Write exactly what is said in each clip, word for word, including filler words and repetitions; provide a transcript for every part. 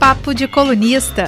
Papo de Colunista.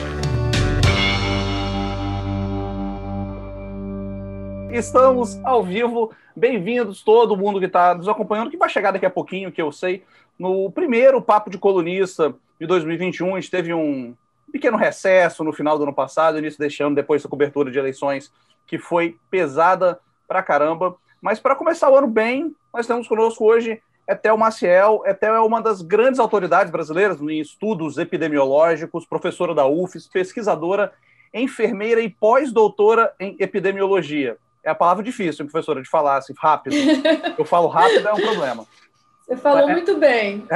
Estamos ao vivo, bem-vindos todo mundo que está nos acompanhando, que vai chegar daqui a pouquinho, que eu sei, no primeiro Papo de Colunista de dois mil e vinte e um. A gente teve um pequeno recesso no final do ano passado, início deste ano, depois da cobertura de eleições, que foi pesada pra caramba. Mas para começar o ano bem, nós temos conosco hoje Ethel Maciel. Ethel é uma das grandes autoridades brasileiras em estudos epidemiológicos, professora da U F S, pesquisadora, enfermeira e pós-doutora em epidemiologia. É a palavra difícil, professora, de falar assim, rápido. Eu falo rápido, é um problema. Você falou é, muito bem.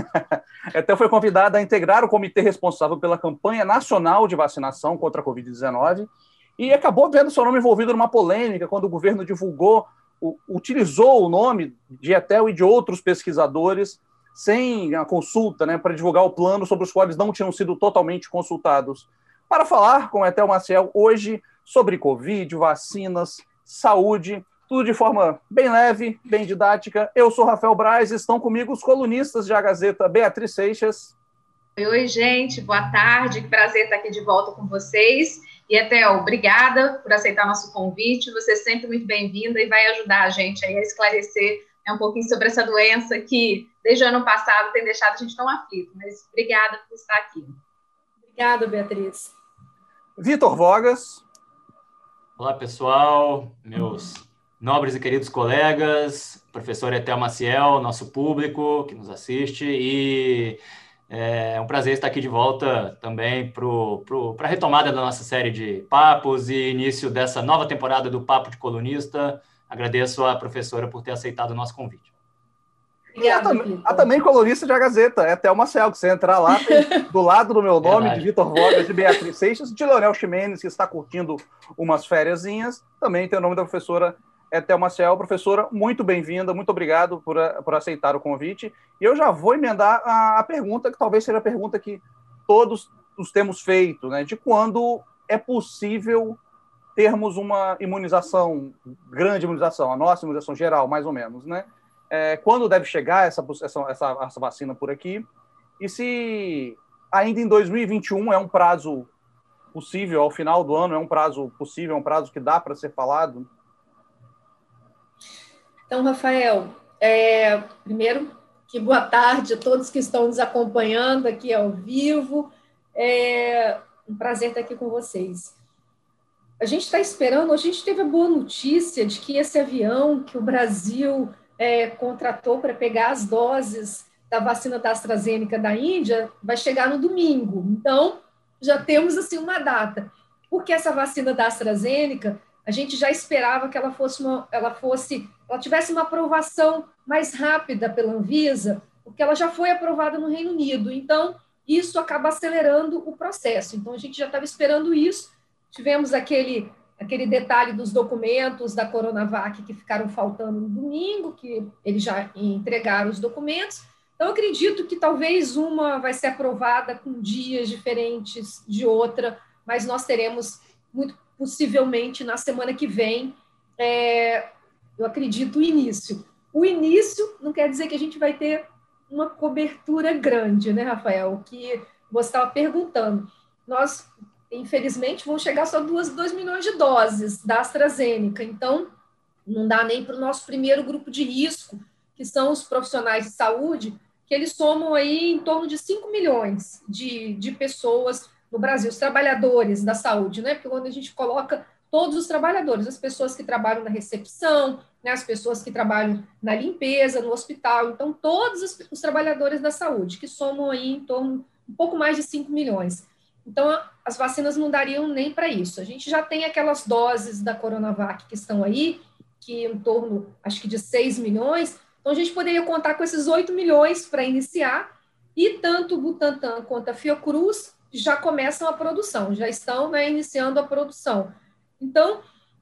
É. Até foi convidada a integrar o comitê responsável pela campanha nacional de vacinação contra a covid dezenove e acabou vendo seu nome envolvido numa polêmica quando o governo divulgou, o, utilizou o nome de Ethel e de outros pesquisadores sem a consulta, né, para divulgar o plano sobre os quais não tinham sido totalmente consultados. Para falar com Ethel Maciel hoje sobre Covid, vacinas, saúde, tudo de forma bem leve, bem didática. Eu sou Rafael Braz, estão comigo os colunistas de A Gazeta, Beatriz Seixas. Oi, gente, boa tarde, que prazer estar aqui de volta com vocês. E, Ethel, obrigada por aceitar nosso convite, você é sempre muito bem-vinda e vai ajudar a gente aí a esclarecer né, um pouquinho sobre essa doença que, desde o ano passado, tem deixado a gente tão aflito. Mas obrigada por estar aqui. Obrigada, Beatriz. Vitor Vogas. Olá, pessoal, meus nobres e queridos colegas, professor Ethel Maciel, nosso público que nos assiste, e é um prazer estar aqui de volta também para a retomada da nossa série de papos e início dessa nova temporada do Papo de Colunista. Agradeço à professora por ter aceitado o nosso convite. E a, a também colunista de A Gazeta, é Ethel Maciel, que você entrar lá, tem do lado do meu nome, Verdade. de Vitor Vogas, de Beatriz Seixas, de Leonel Ximenes, que está curtindo umas fériasinhas, também tem o nome da professora Ethel Maciel. Professora, muito bem-vinda, muito obrigado por, por aceitar o convite. E eu já vou emendar a, a pergunta, que talvez seja a pergunta que todos os temos feito, né, de quando é possível termos uma imunização, grande imunização, a nossa imunização geral, mais ou menos, né? É, quando deve chegar essa, essa, essa, essa vacina por aqui, e se ainda em dois mil e vinte e um é um prazo possível, ao final do ano é um prazo possível, é um prazo que dá para ser falado? Então, Rafael, é, primeiro, que boa tarde a todos que estão nos acompanhando aqui ao vivo, é um prazer estar aqui com vocês. A gente está esperando, a gente teve a boa notícia de que esse avião que o Brasil É, contratou para pegar as doses da vacina da AstraZeneca da Índia, vai chegar no domingo. Então, já temos assim uma data. Porque essa vacina da AstraZeneca, a gente já esperava que ela fosse uma, ela fosse, ela tivesse uma aprovação mais rápida pela Anvisa, porque ela já foi aprovada no Reino Unido. Então, isso acaba acelerando o processo. Então, a gente já estava esperando isso. Tivemos aquele aquele detalhe dos documentos da Coronavac que ficaram faltando no domingo, que eles já entregaram os documentos. Então, eu acredito que talvez uma vai ser aprovada com dias diferentes de outra, mas nós teremos, muito possivelmente, na semana que vem, é, eu acredito, o início. O início não quer dizer que a gente vai ter uma cobertura grande, né, Rafael? O que você estava perguntando. Nós... infelizmente, vão chegar só duas, dois milhões de doses da AstraZeneca. Então, não dá nem para o nosso primeiro grupo de risco, que são os profissionais de saúde, que eles somam aí em torno de cinco milhões de, de pessoas no Brasil, os trabalhadores da saúde, né? Porque quando a gente coloca todos os trabalhadores, as pessoas que trabalham na recepção, né? As pessoas que trabalham na limpeza, no hospital, então, todos os, os trabalhadores da saúde, que somam aí em torno um pouco mais de cinco milhões. Então, as vacinas não dariam nem para isso. A gente já tem aquelas doses da Coronavac que estão aí, que em torno, acho que de seis milhões. Então, a gente poderia contar com esses oito milhões para iniciar, e tanto o Butantan quanto a Fiocruz já começam a produção, já estão né, iniciando a produção. Então,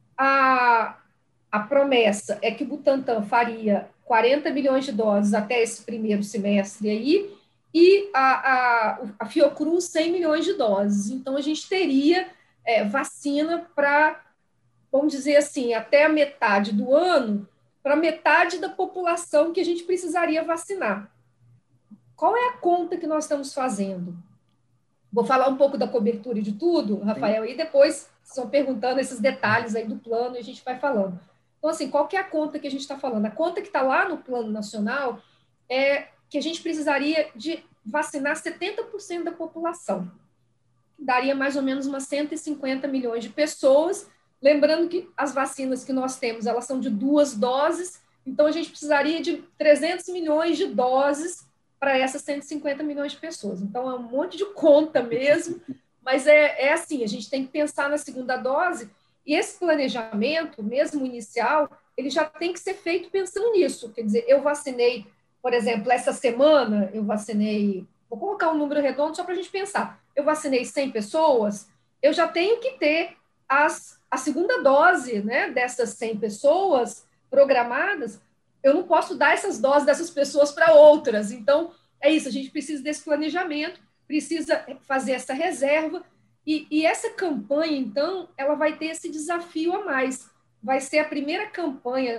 a, a promessa é que o Butantan faria quarenta milhões de doses até esse primeiro semestre aí, e a, a, a Fiocruz cem milhões de doses. Então, a gente teria é, vacina para, vamos dizer assim, até a metade do ano, para metade da população que a gente precisaria vacinar. Qual é a conta que nós estamos fazendo? Vou falar um pouco da cobertura e de tudo, Rafael, Sim. e depois vocês vão perguntando esses detalhes aí do plano e a gente vai falando. Então, assim, qual que é a conta que a gente está falando? A conta que está lá no Plano Nacional é que a gente precisaria de vacinar setenta por cento da população. Daria mais ou menos umas cento e cinquenta milhões de pessoas. Lembrando que as vacinas que nós temos, elas são de duas doses, então a gente precisaria de trezentos milhões de doses para essas cento e cinquenta milhões de pessoas. Então, é um monte de conta mesmo, mas é, é assim, a gente tem que pensar na segunda dose, e esse planejamento, mesmo inicial, ele já tem que ser feito pensando nisso. Quer dizer, eu vacinei, por exemplo, essa semana, eu vacinei, vou colocar um número redondo só para a gente pensar, eu vacinei cem pessoas, eu já tenho que ter as, a segunda dose, né, dessas cem pessoas programadas. Eu não posso dar essas doses dessas pessoas para outras. Então, é isso, a gente precisa desse planejamento, precisa fazer essa reserva, e, e essa campanha, então, ela vai ter esse desafio a mais. Vai ser a primeira campanha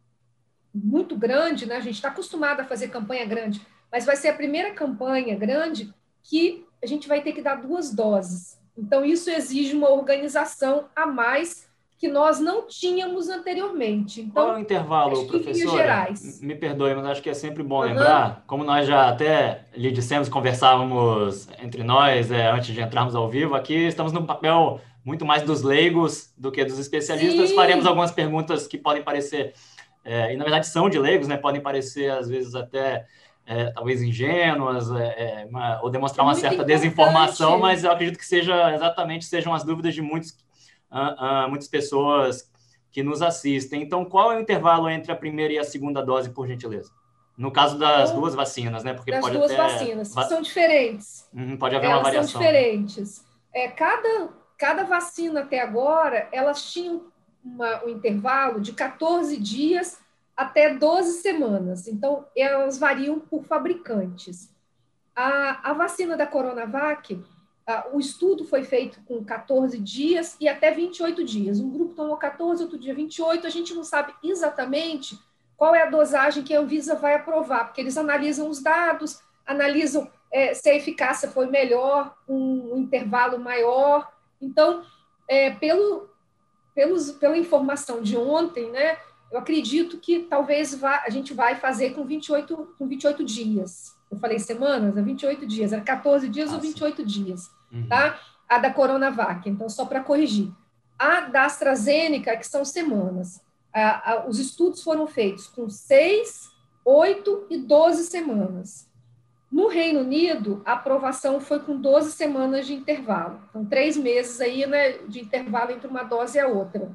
muito grande, né? A gente está acostumado a fazer campanha grande, mas vai ser a primeira campanha grande que a gente vai ter que dar duas doses. Então, isso exige uma organização a mais que nós não tínhamos anteriormente. Então, qual é o intervalo, professora? Me perdoe, mas acho que é sempre bom uhum. lembrar, como nós já até lhe dissemos, conversávamos entre nós é, antes de entrarmos ao vivo, aqui estamos no papel muito mais dos leigos do que dos especialistas. Sim. Faremos algumas perguntas que podem parecer, é, e na verdade são de leigos, né? Podem parecer às vezes até é, talvez ingênuas, é, uma, ou demonstrar uma certa importante. desinformação, mas eu acredito que seja exatamente sejam as dúvidas de muitos Uh, uh, muitas pessoas que nos assistem. Então, qual é o intervalo entre a primeira e a segunda dose, por gentileza? No caso das então, duas vacinas, né? Porque das pode duas até... vacinas, Va... são diferentes. Uhum, pode haver elas uma variação. São diferentes. É, cada, cada vacina até agora, elas tinham uma, um intervalo de quatorze dias até doze semanas. Então, elas variam por fabricantes. A, a vacina da Coronavac, o estudo foi feito com quatorze dias e até vinte e oito dias. Um grupo tomou quatorze, outro dia vinte e oito. A gente não sabe exatamente qual é a dosagem que a Anvisa vai aprovar, porque eles analisam os dados, analisam é, se a eficácia foi melhor, um, um intervalo maior. Então, é, pelo, pelos, pela informação de ontem, né, eu acredito que talvez vá, a gente vai fazer com vinte e oito, com vinte e oito dias. Eu falei semanas, é vinte e oito dias, era quatorze dias ah, ou vinte e oito sim. dias. Uhum. Tá? A da Coronavac, então só para corrigir. A da AstraZeneca, que são semanas. A, a, os estudos foram feitos com seis, oito e doze semanas. No Reino Unido, a aprovação foi com doze semanas de intervalo. Então, três meses aí, né, de intervalo entre uma dose e a outra.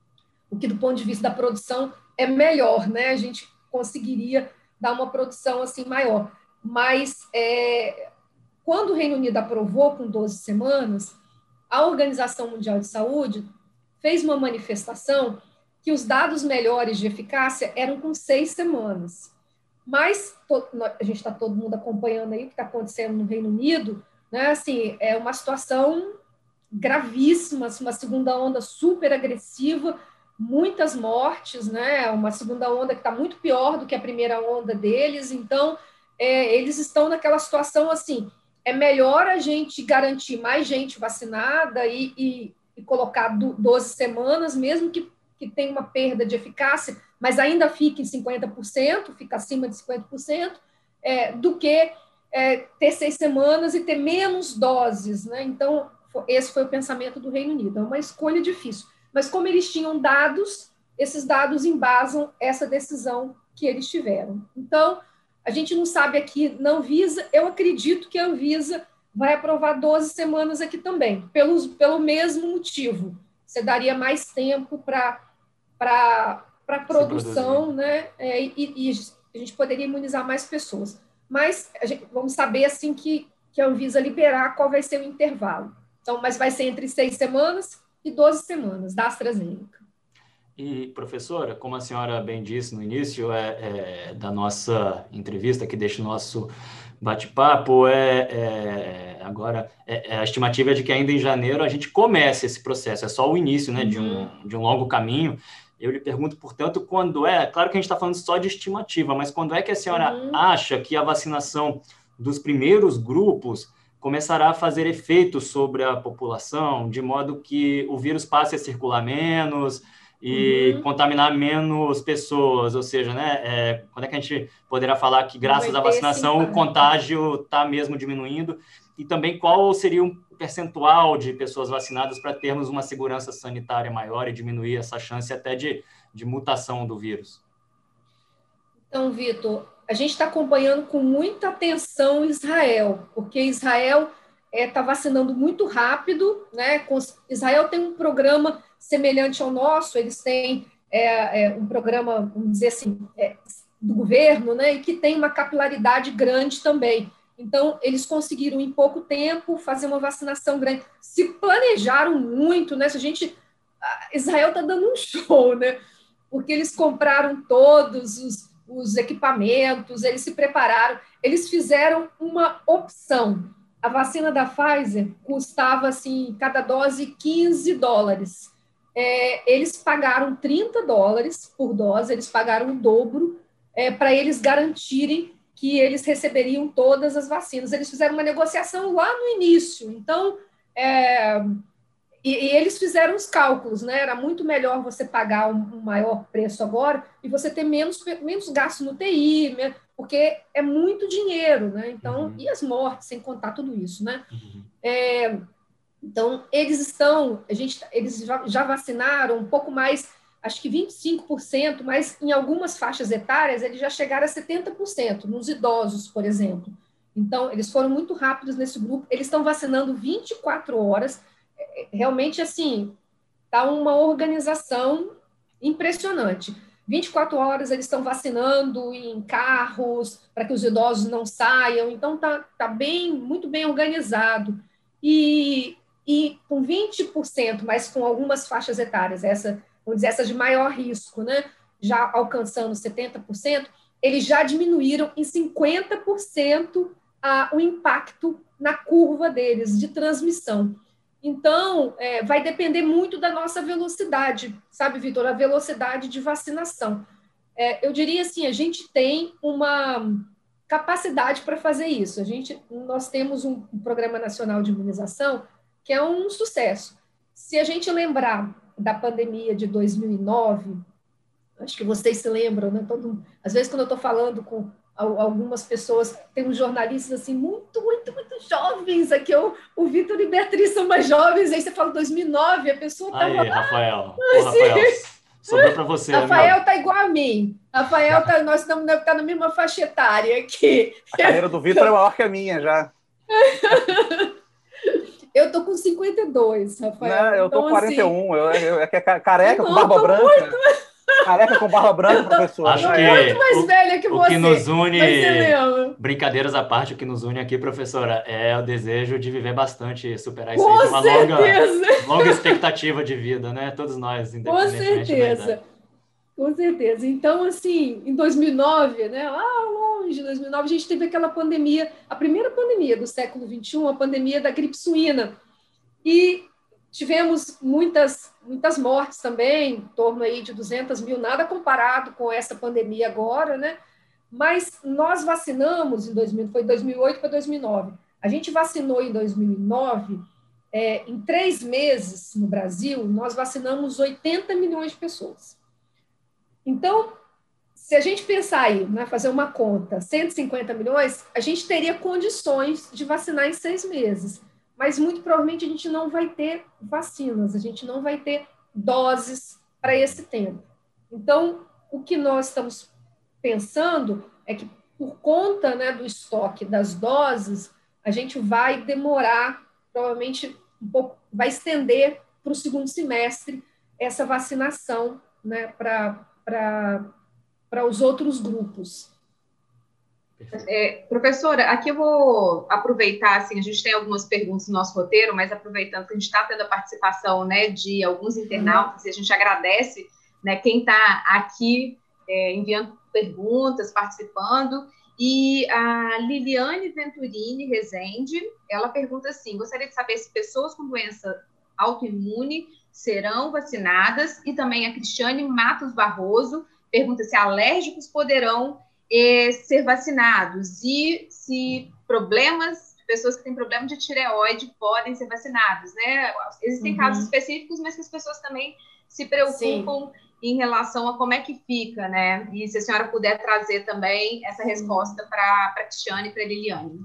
O que, do ponto de vista da produção, é melhor, né? A gente conseguiria dar uma produção assim maior. Mas... É, quando o Reino Unido aprovou com doze semanas, a Organização Mundial de Saúde fez uma manifestação que os dados melhores de eficácia eram com seis semanas. Mas a gente está todo mundo acompanhando aí o que está acontecendo no Reino Unido, né? Assim, é uma situação gravíssima, uma segunda onda super agressiva, muitas mortes, né? Uma segunda onda que está muito pior do que a primeira onda deles. Então, é, eles estão naquela situação assim... É melhor a gente garantir mais gente vacinada e, e, e colocar doze semanas, mesmo que, que tenha uma perda de eficácia, mas ainda fique em cinquenta por cento, fica acima de cinquenta por cento, é, do que é, ter seis semanas e ter menos doses, né? Então, esse foi o pensamento do Reino Unido. É uma escolha difícil. Mas como eles tinham dados, esses dados embasam essa decisão que eles tiveram. Então, a gente não sabe aqui na Anvisa, eu acredito que a Anvisa vai aprovar doze semanas aqui também, pelos, pelo mesmo motivo. Você daria mais tempo para a produção, né? É, e, e a gente poderia imunizar mais pessoas. Mas a gente, vamos saber assim que, que a Anvisa liberar qual vai ser o intervalo. Então, mas vai ser entre seis semanas e doze semanas, da AstraZeneca. E, professora, como a senhora bem disse no início é, é, da nossa entrevista, que deixa o nosso bate-papo, é, é, agora é, é, a estimativa é de que ainda em janeiro a gente comece esse processo, é só o início, né, uhum. de, um, de um longo caminho. Eu lhe pergunto, portanto, quando é, claro que a gente está falando só de estimativa, mas quando é que a senhora uhum. acha que a vacinação dos primeiros grupos começará a fazer efeito sobre a população, de modo que o vírus passe a circular menos e Uhum. contaminar menos pessoas, ou seja, né, é, quando é que a gente poderá falar que graças à Vai ter esse vacinação o impacto. contágio está mesmo diminuindo, e também qual seria o percentual de pessoas vacinadas para termos uma segurança sanitária maior e diminuir essa chance até de, de mutação do vírus? Então, Vitor, a gente está acompanhando com muita atenção Israel, porque Israel está é, vacinando muito rápido, né? Israel tem um programa semelhante ao nosso, eles têm é, é, um programa, vamos dizer assim, é, do governo, né? E que tem uma capilaridade grande também. Então, eles conseguiram, em pouco tempo, fazer uma vacinação grande. Se planejaram muito, né? Se a gente... Israel está dando um show, né? Porque eles compraram todos os, os equipamentos, eles se prepararam, eles fizeram uma opção. A vacina da Pfizer custava, assim, cada dose quinze dólares. É, eles pagaram trinta dólares por dose, eles pagaram o dobro é, para eles garantirem que eles receberiam todas as vacinas. Eles fizeram uma negociação lá no início. Então, é, e, e eles fizeram os cálculos, né? Era muito melhor você pagar um, um maior preço agora e você ter menos, menos gasto no T I, né? Porque é muito dinheiro, né? Então, uhum. E as mortes, sem contar tudo isso, né? Uhum. É, então, eles estão, a gente, eles já, já vacinaram um pouco mais, acho que vinte e cinco por cento, mas em algumas faixas etárias eles já chegaram a setenta por cento, nos idosos, por exemplo. Então, eles foram muito rápidos nesse grupo, eles estão vacinando vinte e quatro horas, realmente, assim, está uma organização impressionante. vinte e quatro horas eles estão vacinando em carros, para que os idosos não saiam, então está tá bem, muito bem organizado. E, e com vinte por cento, mas com algumas faixas etárias, essa, vamos dizer, essas de maior risco, né, já alcançando setenta por cento, eles já diminuíram em cinquenta por cento a, o impacto na curva deles de transmissão. Então, é, vai depender muito da nossa velocidade, sabe, Vitor? A velocidade de vacinação. É, eu diria assim, a gente tem uma capacidade para fazer isso. A gente, nós temos um, um Programa Nacional de Imunização que é um sucesso. Se a gente lembrar da pandemia de dois mil e nove, acho que vocês se lembram, né? Todo, às vezes, quando eu estou falando com algumas pessoas, tem uns jornalistas assim, muito, muito, muito jovens aqui, o, o Vitor e Beatriz são mais jovens, aí você fala dois mil e nove, a pessoa estava lá. Aí, Rafael, Pô, Rafael, sobrou para você. Rafael está igual a mim, Rafael, tá, nós estamos tá na mesma faixa etária aqui. A carreira do Vitor é maior que a minha, já. Eu tô com cinquenta e dois, Rafael. Não, eu então, tô com quarenta e um, assim... eu, eu, é que é careca, não, com barba branca. Muito... Careca com barba branca, tô, professor. Acho que muito mais o, velha que o você. que nos une, mas brincadeiras à parte, o que nos une aqui, professora, é o desejo de viver bastante e superar isso com aí. Tem uma certeza. longa, longa expectativa de vida, né? Todos nós, independentemente com certeza. Com certeza. Então, assim, em dois mil e nove, né, lá longe, dois mil e nove, a gente teve aquela pandemia, a primeira pandemia do século vinte e um, a pandemia da gripe suína. E tivemos muitas, muitas mortes também, em torno aí de duzentas mil, nada comparado com essa pandemia agora, né? Mas nós vacinamos em dois mil, foi dois mil e oito para dois mil e nove. A gente vacinou em dois mil e nove, é, em três meses no Brasil, nós vacinamos oitenta milhões de pessoas. Então, se a gente pensar aí, né, fazer uma conta, cento e cinquenta milhões, a gente teria condições de vacinar em seis meses. Mas muito provavelmente a gente não vai ter vacinas, a gente não vai ter doses para esse tempo. Então, o que nós estamos pensando é que, por conta, né, do estoque das doses, a gente vai demorar, provavelmente, um pouco, vai estender para o segundo semestre essa vacinação, né, para para os outros grupos. É, professora, aqui eu vou aproveitar, assim, a gente tem algumas perguntas no nosso roteiro, mas aproveitando que a gente está tendo a participação, né, de alguns internautas, uhum. E a gente agradece, né, quem está aqui é, enviando perguntas, participando, e a Liliane Venturini Rezende, ela pergunta assim, gostaria de saber se pessoas com doença autoimune serão vacinadas, e também a Cristiane Matos Barroso pergunta se alérgicos poderão eh, ser vacinados e se problemas pessoas que têm problema de tireoide podem ser vacinadas, né? Existem uhum. casos específicos, mas que as pessoas também se preocupam Sim. em relação a como é que fica, né? E se a senhora puder trazer também essa Sim. resposta para a Cristiane e para a Liliane.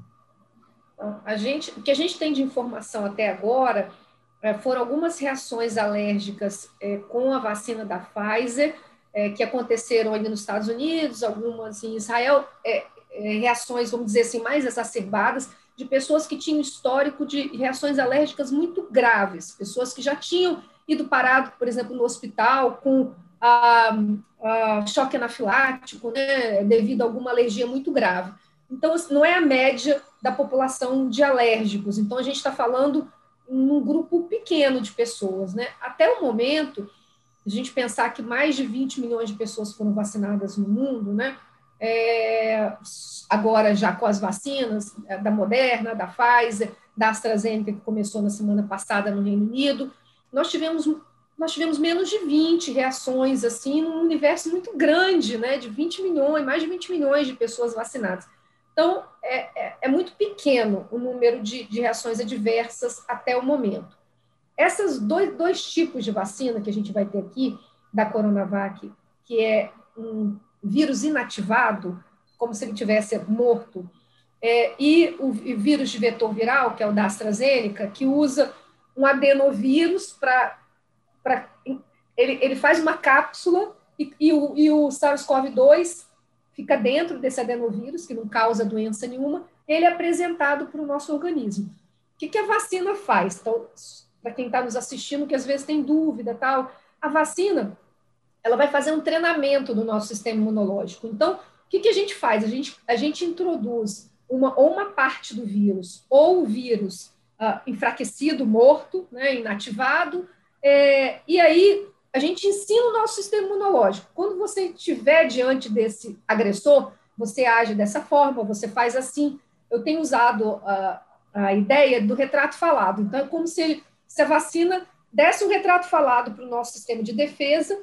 A gente, o que a gente tem de informação até agora é, foram algumas reações alérgicas é, com a vacina da Pfizer, é, que aconteceram ainda nos Estados Unidos, algumas em Israel, é, é, reações, vamos dizer assim, mais exacerbadas, de pessoas que tinham histórico de reações alérgicas muito graves, pessoas que já tinham ido parado, por exemplo, no hospital com a, a choque anafilático, né, devido a alguma alergia muito grave. Então, não é a média da população de alérgicos. Então, a gente está falando em um grupo pequeno de pessoas, né? Até o momento, a gente pensar que mais de vinte milhões de pessoas foram vacinadas no mundo, né? É, agora já com as vacinas da Moderna, da Pfizer, da AstraZeneca, que começou na semana passada no Reino Unido, nós tivemos, nós tivemos menos de vinte reações, assim, num universo muito grande, né? De vinte milhões, mais de vinte milhões de pessoas vacinadas. Então, é, é, é muito pequeno o número de, de reações adversas até o momento. Esses dois, dois tipos de vacina que a gente vai ter aqui, da Coronavac, que é um vírus inativado, como se ele tivesse morto, é, e o vírus de vetor viral, que é o da AstraZeneca, que usa um adenovírus para... Ele, ele faz uma cápsula e, e o, e o SARS-CoV dois fica dentro desse adenovírus, que não causa doença nenhuma, ele é apresentado para o nosso organismo. O que, que a vacina faz? Então, para quem está nos assistindo, que às vezes tem dúvida, tal, a vacina, ela vai fazer um treinamento do nosso sistema imunológico. Então, o que, que a gente faz? A gente, a gente introduz uma, ou uma parte do vírus, ou o vírus ah, enfraquecido, morto, né, inativado, é, e aí a gente ensina o nosso sistema imunológico. Quando você estiver diante desse agressor, você age dessa forma, você faz assim. Eu tenho usado a, a ideia do retrato falado. Então, é como se, ele, se a vacina desse um retrato falado para o nosso sistema de defesa,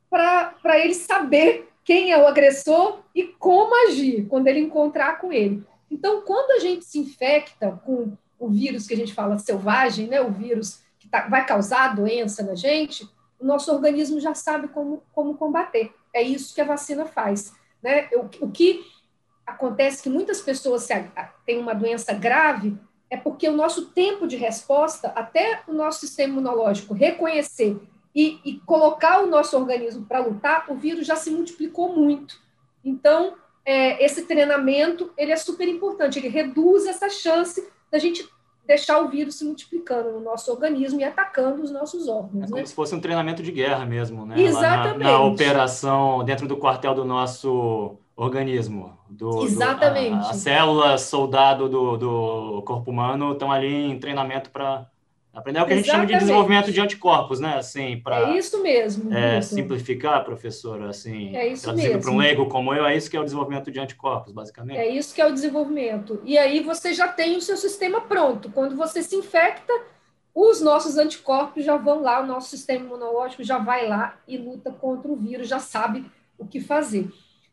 para ele saber quem é o agressor e como agir quando ele encontrar com ele. Então, quando a gente se infecta com o vírus que a gente fala selvagem, né, o vírus que tá, vai causar doença na gente, o nosso organismo já sabe como, como combater. É isso que a vacina faz, né? O, o que acontece que muitas pessoas têm uma doença grave é porque o nosso tempo de resposta, até o nosso sistema imunológico reconhecer e, e colocar o nosso organismo para lutar, o vírus já se multiplicou muito. Então, é, esse treinamento ele é super importante, ele reduz essa chance da gente deixar o vírus se multiplicando no nosso organismo e atacando os nossos órgãos. É como né? se fosse um treinamento de guerra mesmo, né? Exatamente. Lá na, na operação, dentro do quartel do nosso organismo. Do, Exatamente. Do, a, a célula soldado do, do corpo humano estão ali em treinamento para aprender. É o que a gente Exatamente. chama de desenvolvimento de anticorpos, né? Assim, pra, é isso mesmo. É, simplificar, professora, assim, é isso traduzindo para um leigo como eu, é isso que é o desenvolvimento de anticorpos, basicamente. É isso que é o desenvolvimento. E aí você já tem o seu sistema pronto. Quando você se infecta, os nossos anticorpos já vão lá, o nosso sistema imunológico já vai lá e luta contra o vírus, já sabe o que fazer.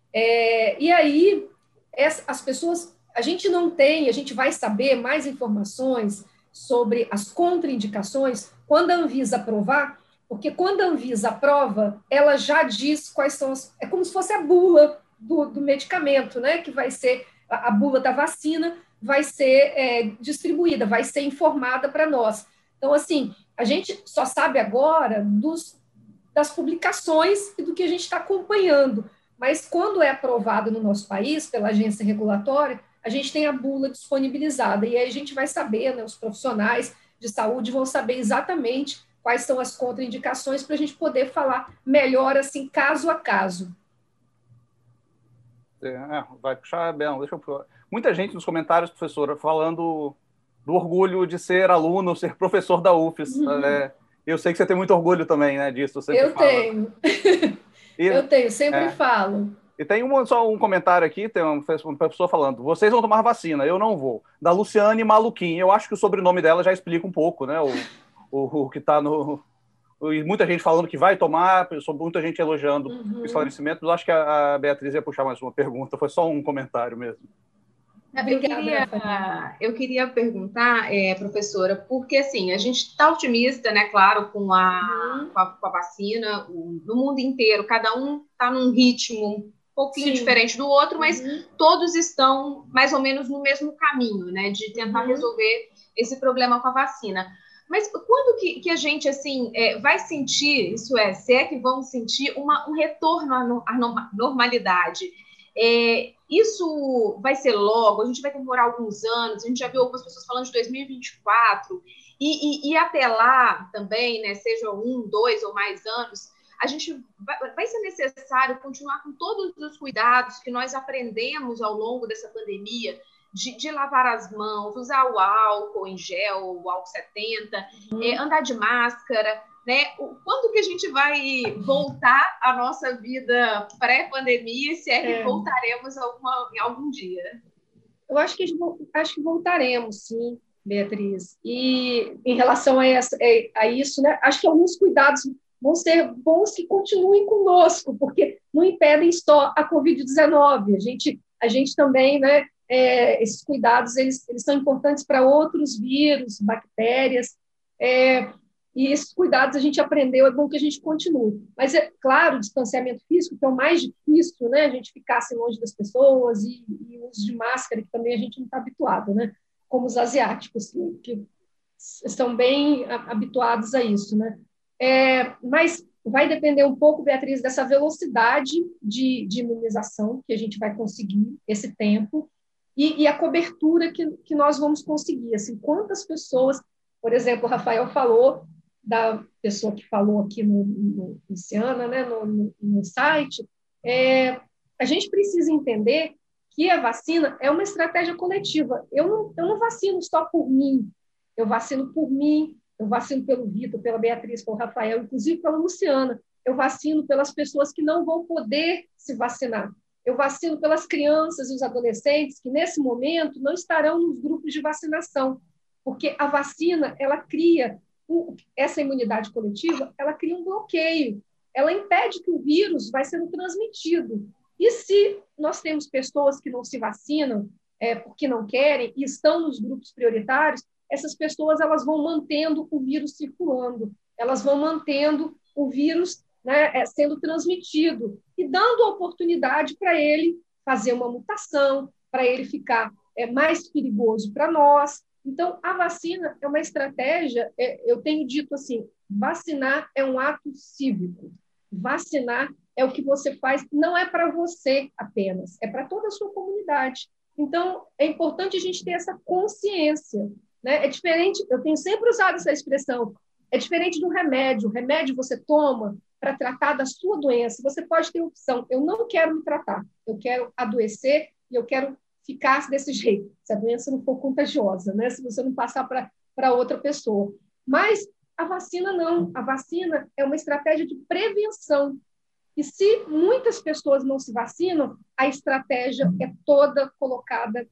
É, e aí, as pessoas, a gente não tem, a gente vai saber mais informações sobre as contraindicações quando a Anvisa aprovar, porque quando a Anvisa aprova, ela já diz quais são as... É como se fosse a bula do, do medicamento, né? Que vai ser, a, a bula da vacina vai ser é, distribuída, vai ser informada para nós. Então, assim, a gente só sabe agora dos, das publicações e do que a gente está acompanhando. Mas quando é aprovado no nosso país, pela agência regulatória, a gente tem a bula disponibilizada, e aí a gente vai saber, né, os profissionais de saúde vão saber exatamente quais são as contraindicações para a gente poder falar melhor, assim, caso a caso. É, vai puxar, bem, deixa eu... Muita gente nos comentários, professora, falando do orgulho de ser aluno, ser professor da U F E S. Uhum. É, eu sei que você tem muito orgulho também, né, disso. Eu fala. tenho. E, eu tenho, sempre é, falo. E tem um, só um comentário aqui, tem uma, uma pessoa falando, vocês vão tomar vacina, eu não vou. Da Luciane Maluquim. Eu acho que o sobrenome dela já explica um pouco, né, o, o, o que está no... E muita gente falando que vai tomar, muita gente elogiando uhum. o esclarecimento, mas acho que a Beatriz ia puxar mais uma pergunta, foi só um comentário mesmo. Eu queria, eu queria perguntar, é, professora, porque assim, a gente está otimista, né, claro, com a, uhum. com a, com a vacina, o, no mundo inteiro, cada um está num ritmo um pouquinho Sim. diferente do outro, mas uhum. todos estão mais ou menos no mesmo caminho, né, de tentar uhum. resolver esse problema com a vacina. Mas quando que, que a gente, assim, é, vai sentir, isso é, se é que vamos sentir uma, um retorno à, no, à normalidade? É, isso vai ser logo, a gente vai demorar alguns anos, a gente já viu algumas pessoas falando de dois mil e vinte e quatro, e, e, e até lá também, né, seja um, dois ou mais anos, a gente vai, vai ser necessário continuar com todos os cuidados que nós aprendemos ao longo dessa pandemia, de, de lavar as mãos, usar o álcool em gel, o álcool setenta, uhum. é, andar de máscara, né? Quando que a gente vai voltar à nossa vida pré-pandemia, se é que é. voltaremos alguma, em algum dia? Eu acho que, acho que voltaremos, sim, Beatriz. E em relação a, essa, a isso, né, acho que alguns cuidados vão ser bons que continuem conosco, porque não impedem só a covid dezenove. A gente, a gente também, né, é, esses cuidados eles, eles são importantes para outros vírus, bactérias, é, e esses cuidados a gente aprendeu, é bom que a gente continue. Mas, é claro, o distanciamento físico, que é o mais difícil, né? A gente ficar assim, longe das pessoas e, e o uso de máscara, que também a gente não está habituado, né? Como os asiáticos, que, que estão bem habituados a isso, né? É, mas vai depender um pouco, Beatriz, dessa velocidade de, de imunização que a gente vai conseguir, esse tempo, e, e a cobertura que, que nós vamos conseguir. Assim, quantas pessoas, por exemplo, o Rafael falou da pessoa que falou aqui no, no Luciana, né, no, no, no site, é, a gente precisa entender que a vacina é uma estratégia coletiva. Eu não, eu não vacino só por mim, eu vacino por mim, eu vacino pelo Vitor, pela Beatriz, pelo Rafael, inclusive pela Luciana. Eu vacino pelas pessoas que não vão poder se vacinar. Eu vacino pelas crianças e os adolescentes que, nesse momento, não estarão nos grupos de vacinação, porque a vacina, ela cria essa imunidade coletiva, ela cria um bloqueio, ela impede que o vírus vai sendo transmitido. E se nós temos pessoas que não se vacinam é, porque não querem e estão nos grupos prioritários, essas pessoas elas vão mantendo o vírus circulando, elas vão mantendo o vírus, né, sendo transmitido e dando a oportunidade para ele fazer uma mutação, para ele ficar é, mais perigoso para nós. Então, a vacina é uma estratégia, eu tenho dito assim, vacinar é um ato cívico. Vacinar é o que você faz, não é para você apenas, é para toda a sua comunidade. Então, é importante a gente ter essa consciência, né? É diferente, eu tenho sempre usado essa expressão, é diferente do remédio. O remédio você toma para tratar da sua doença. Você pode ter opção, eu não quero me tratar, eu quero adoecer e eu quero ficar desse jeito, se a doença não for contagiosa, né? Se você não passar para outra pessoa. Mas a vacina não. A vacina é uma estratégia de prevenção. E se muitas pessoas não se vacinam, a estratégia é toda colocada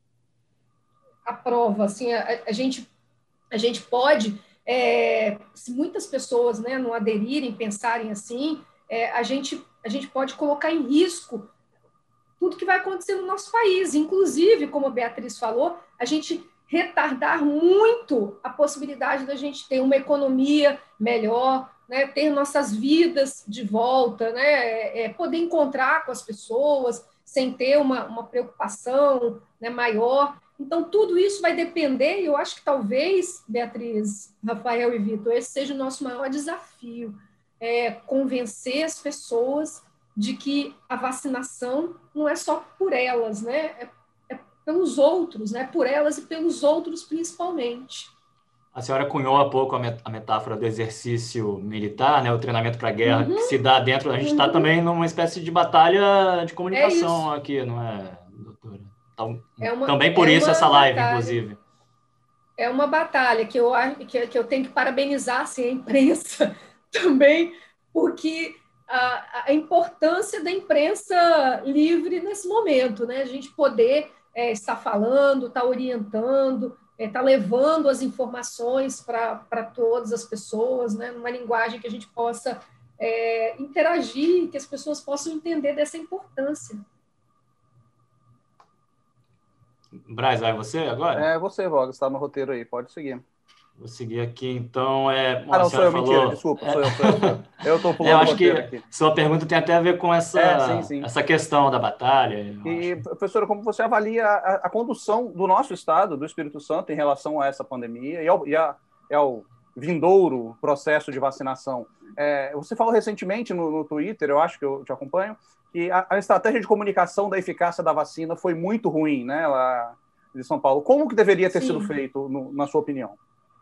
à prova. Assim, a, a, gente, a gente pode, é, se muitas pessoas, né, não aderirem, pensarem assim, é, a, gente, a gente pode colocar em risco tudo que vai acontecer no nosso país. Inclusive, como a Beatriz falou, a gente retardar muito a possibilidade da gente ter uma economia melhor, né, ter nossas vidas de volta, né, é, poder encontrar com as pessoas sem ter uma, uma preocupação, né, maior. Então, tudo isso vai depender, e eu acho que talvez, Beatriz, Rafael e Vitor, esse seja o nosso maior desafio, é convencer as pessoas de que a vacinação não é só por elas, né? É, é pelos outros, né? Por elas e pelos outros principalmente. A senhora cunhou há pouco a metáfora do exercício militar, né? O treinamento para a guerra, uhum. que se dá dentro... A gente está uhum. também numa espécie de batalha de comunicação é aqui, não é, doutora? Então, é uma, também por é isso essa live, batalha, inclusive. É uma batalha que eu, que, que eu tenho que parabenizar assim, a imprensa também, porque... A, a importância da imprensa livre nesse momento, né? A gente poder é, estar falando, estar orientando, é, estar levando as informações para todas as pessoas, né? Numa linguagem que a gente possa é, interagir, que as pessoas possam entender dessa importância. Braz, vai você agora? É você, Voga, está no roteiro aí, pode seguir. Vou seguir aqui, então. É, ah, não, sou eu, falou... mentira, desculpa, sou eu, sou eu. Sou eu. Eu estou pulando é, eu o acho roteiro que aqui. Sua pergunta tem até a ver com essa, é, sim, sim. essa questão da batalha. E, acho. Professora, como você avalia a, a condução do nosso Estado, do Espírito Santo, em relação a essa pandemia e ao, e a, e ao vindouro processo de vacinação? É, você falou recentemente no, no Twitter, eu acho que eu te acompanho, que a, a estratégia de comunicação da eficácia da vacina foi muito ruim, né, lá de São Paulo. Como que deveria ter Sim. sido feito, no, na sua opinião?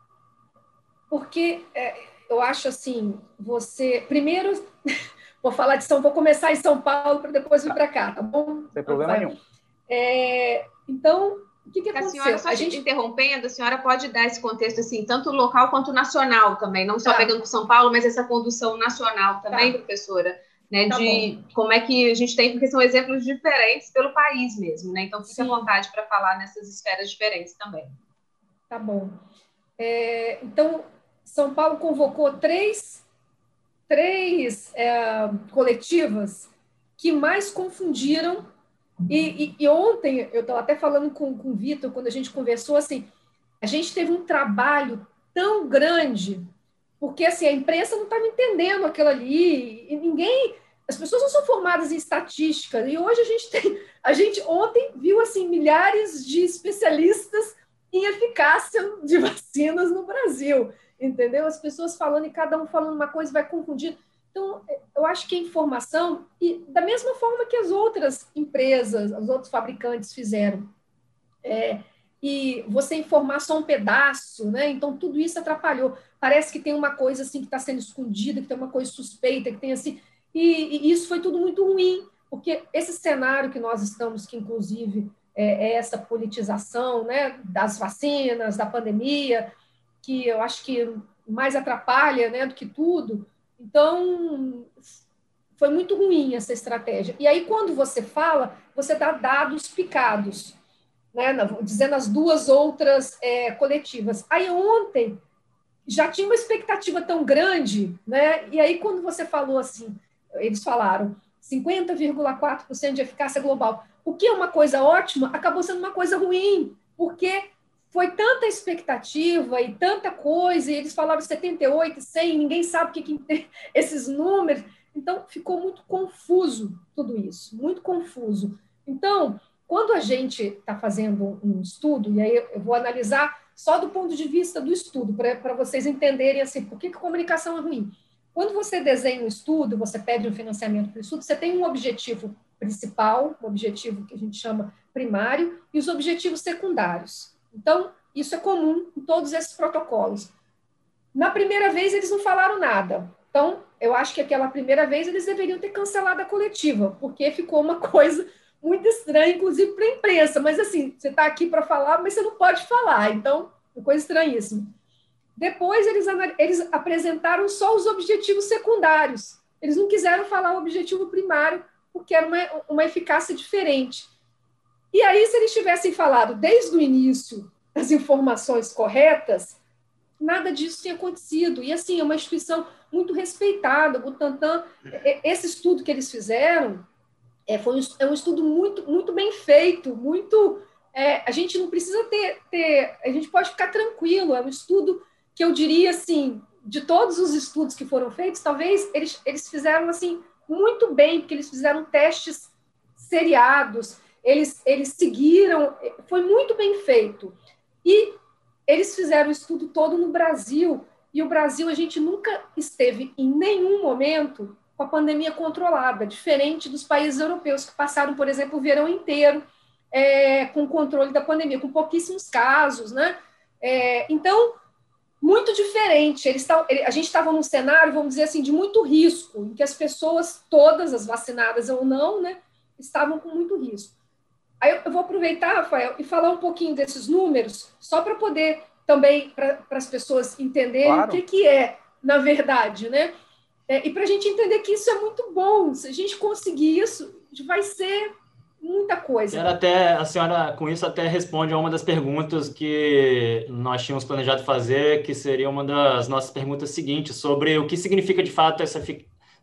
Porque é, eu acho assim, você... Primeiro, vou falar de São... Vou começar em São Paulo para depois vir para cá, tá bom? Não tem problema Vai. nenhum. É, então, o que, que aconteceu? A senhora, só a te gente... interrompendo, a senhora pode dar esse contexto, assim, tanto local quanto nacional também, não só tá. pegando por São Paulo, mas essa condução nacional também, tá. professora, né, tá de bom. Como é que a gente tem, porque são exemplos diferentes pelo país mesmo, né? Então, fique Sim. à vontade para falar nessas esferas diferentes também. Tá bom. É, então... São Paulo convocou três, três é, coletivas que mais confundiram. E, e, e ontem, eu estava até falando com, com o Vitor, quando a gente conversou, assim, a gente teve um trabalho tão grande, porque assim, a imprensa não estava entendendo aquilo ali, e ninguém... As pessoas não são formadas em estatística, e hoje a gente tem... A gente ontem viu assim, milhares de especialistas em eficácia de vacinas no Brasil. Entendeu? As pessoas falando e cada um falando uma coisa vai confundir. Então, eu acho que a informação, e da mesma forma que as outras empresas, os outros fabricantes fizeram, é, e você informar só um pedaço, né? Então, tudo isso atrapalhou. Parece que tem uma coisa assim que está sendo escondida, que tem uma coisa suspeita, que tem assim... E, e isso foi tudo muito ruim, porque esse cenário que nós estamos, que inclusive é, é essa politização, né, das vacinas, da pandemia... que eu acho que mais atrapalha, né, do que tudo. Então, foi muito ruim essa estratégia. E aí, quando você fala, você dá dados picados, né, dizendo as duas outras é, coletivas. Aí, ontem, já tinha uma expectativa tão grande, né, e aí, quando você falou assim, eles falaram cinquenta vírgula quatro por cento de eficácia global, o que é uma coisa ótima, acabou sendo uma coisa ruim, porque... Foi tanta expectativa e tanta coisa, e eles falaram setenta e oito, cem, ninguém sabe o que, que esses números. Então, ficou muito confuso tudo isso, muito confuso. Então, quando a gente está fazendo um estudo, e aí eu vou analisar só do ponto de vista do estudo, para vocês entenderem assim, por que, que a comunicação é ruim. Quando você desenha um estudo, você pede um financiamento para o estudo, você tem um objetivo principal, um objetivo que a gente chama primário, e os objetivos secundários. Então, isso é comum em todos esses protocolos. Na primeira vez, eles não falaram nada. Então, eu acho que aquela primeira vez eles deveriam ter cancelado a coletiva, porque ficou uma coisa muito estranha, inclusive para a imprensa. Mas, assim, você está aqui para falar, mas você não pode falar. Então, uma coisa estranhíssima. Depois, eles, eles apresentaram só os objetivos secundários. Eles não quiseram falar o objetivo primário, porque era uma, uma eficácia diferente. E aí, se eles tivessem falado desde o início as informações corretas, nada disso tinha acontecido. E, assim, é uma instituição muito respeitada. O Butantan, esse estudo que eles fizeram é, foi um, é um estudo muito, muito bem feito, muito... É, a gente não precisa ter, ter... A gente pode ficar tranquilo. É um estudo que eu diria, assim, de todos os estudos que foram feitos, talvez eles, eles fizeram, assim, muito bem, porque eles fizeram testes seriados, Eles, eles seguiram, foi muito bem feito. E eles fizeram o estudo todo no Brasil, e o Brasil, a gente nunca esteve em nenhum momento com a pandemia controlada, diferente dos países europeus, que passaram, por exemplo, o verão inteiro é, com controle da pandemia, com pouquíssimos casos, né? É, então, muito diferente. Eles tavam, a gente estava num cenário, vamos dizer assim, de muito risco, em que as pessoas, todas as vacinadas ou não, né, estavam com muito risco. Aí eu vou aproveitar, Rafael, e falar um pouquinho desses números, só para poder também, para as pessoas entenderem claro. O que, que é, na verdade, né? É, e para a gente entender que isso é muito bom. Se a gente conseguir isso, vai ser muita coisa. Quero até, a senhora, com isso, até responde a uma das perguntas que nós tínhamos planejado fazer, que seria uma das nossas perguntas seguintes, sobre o que significa, de fato, essa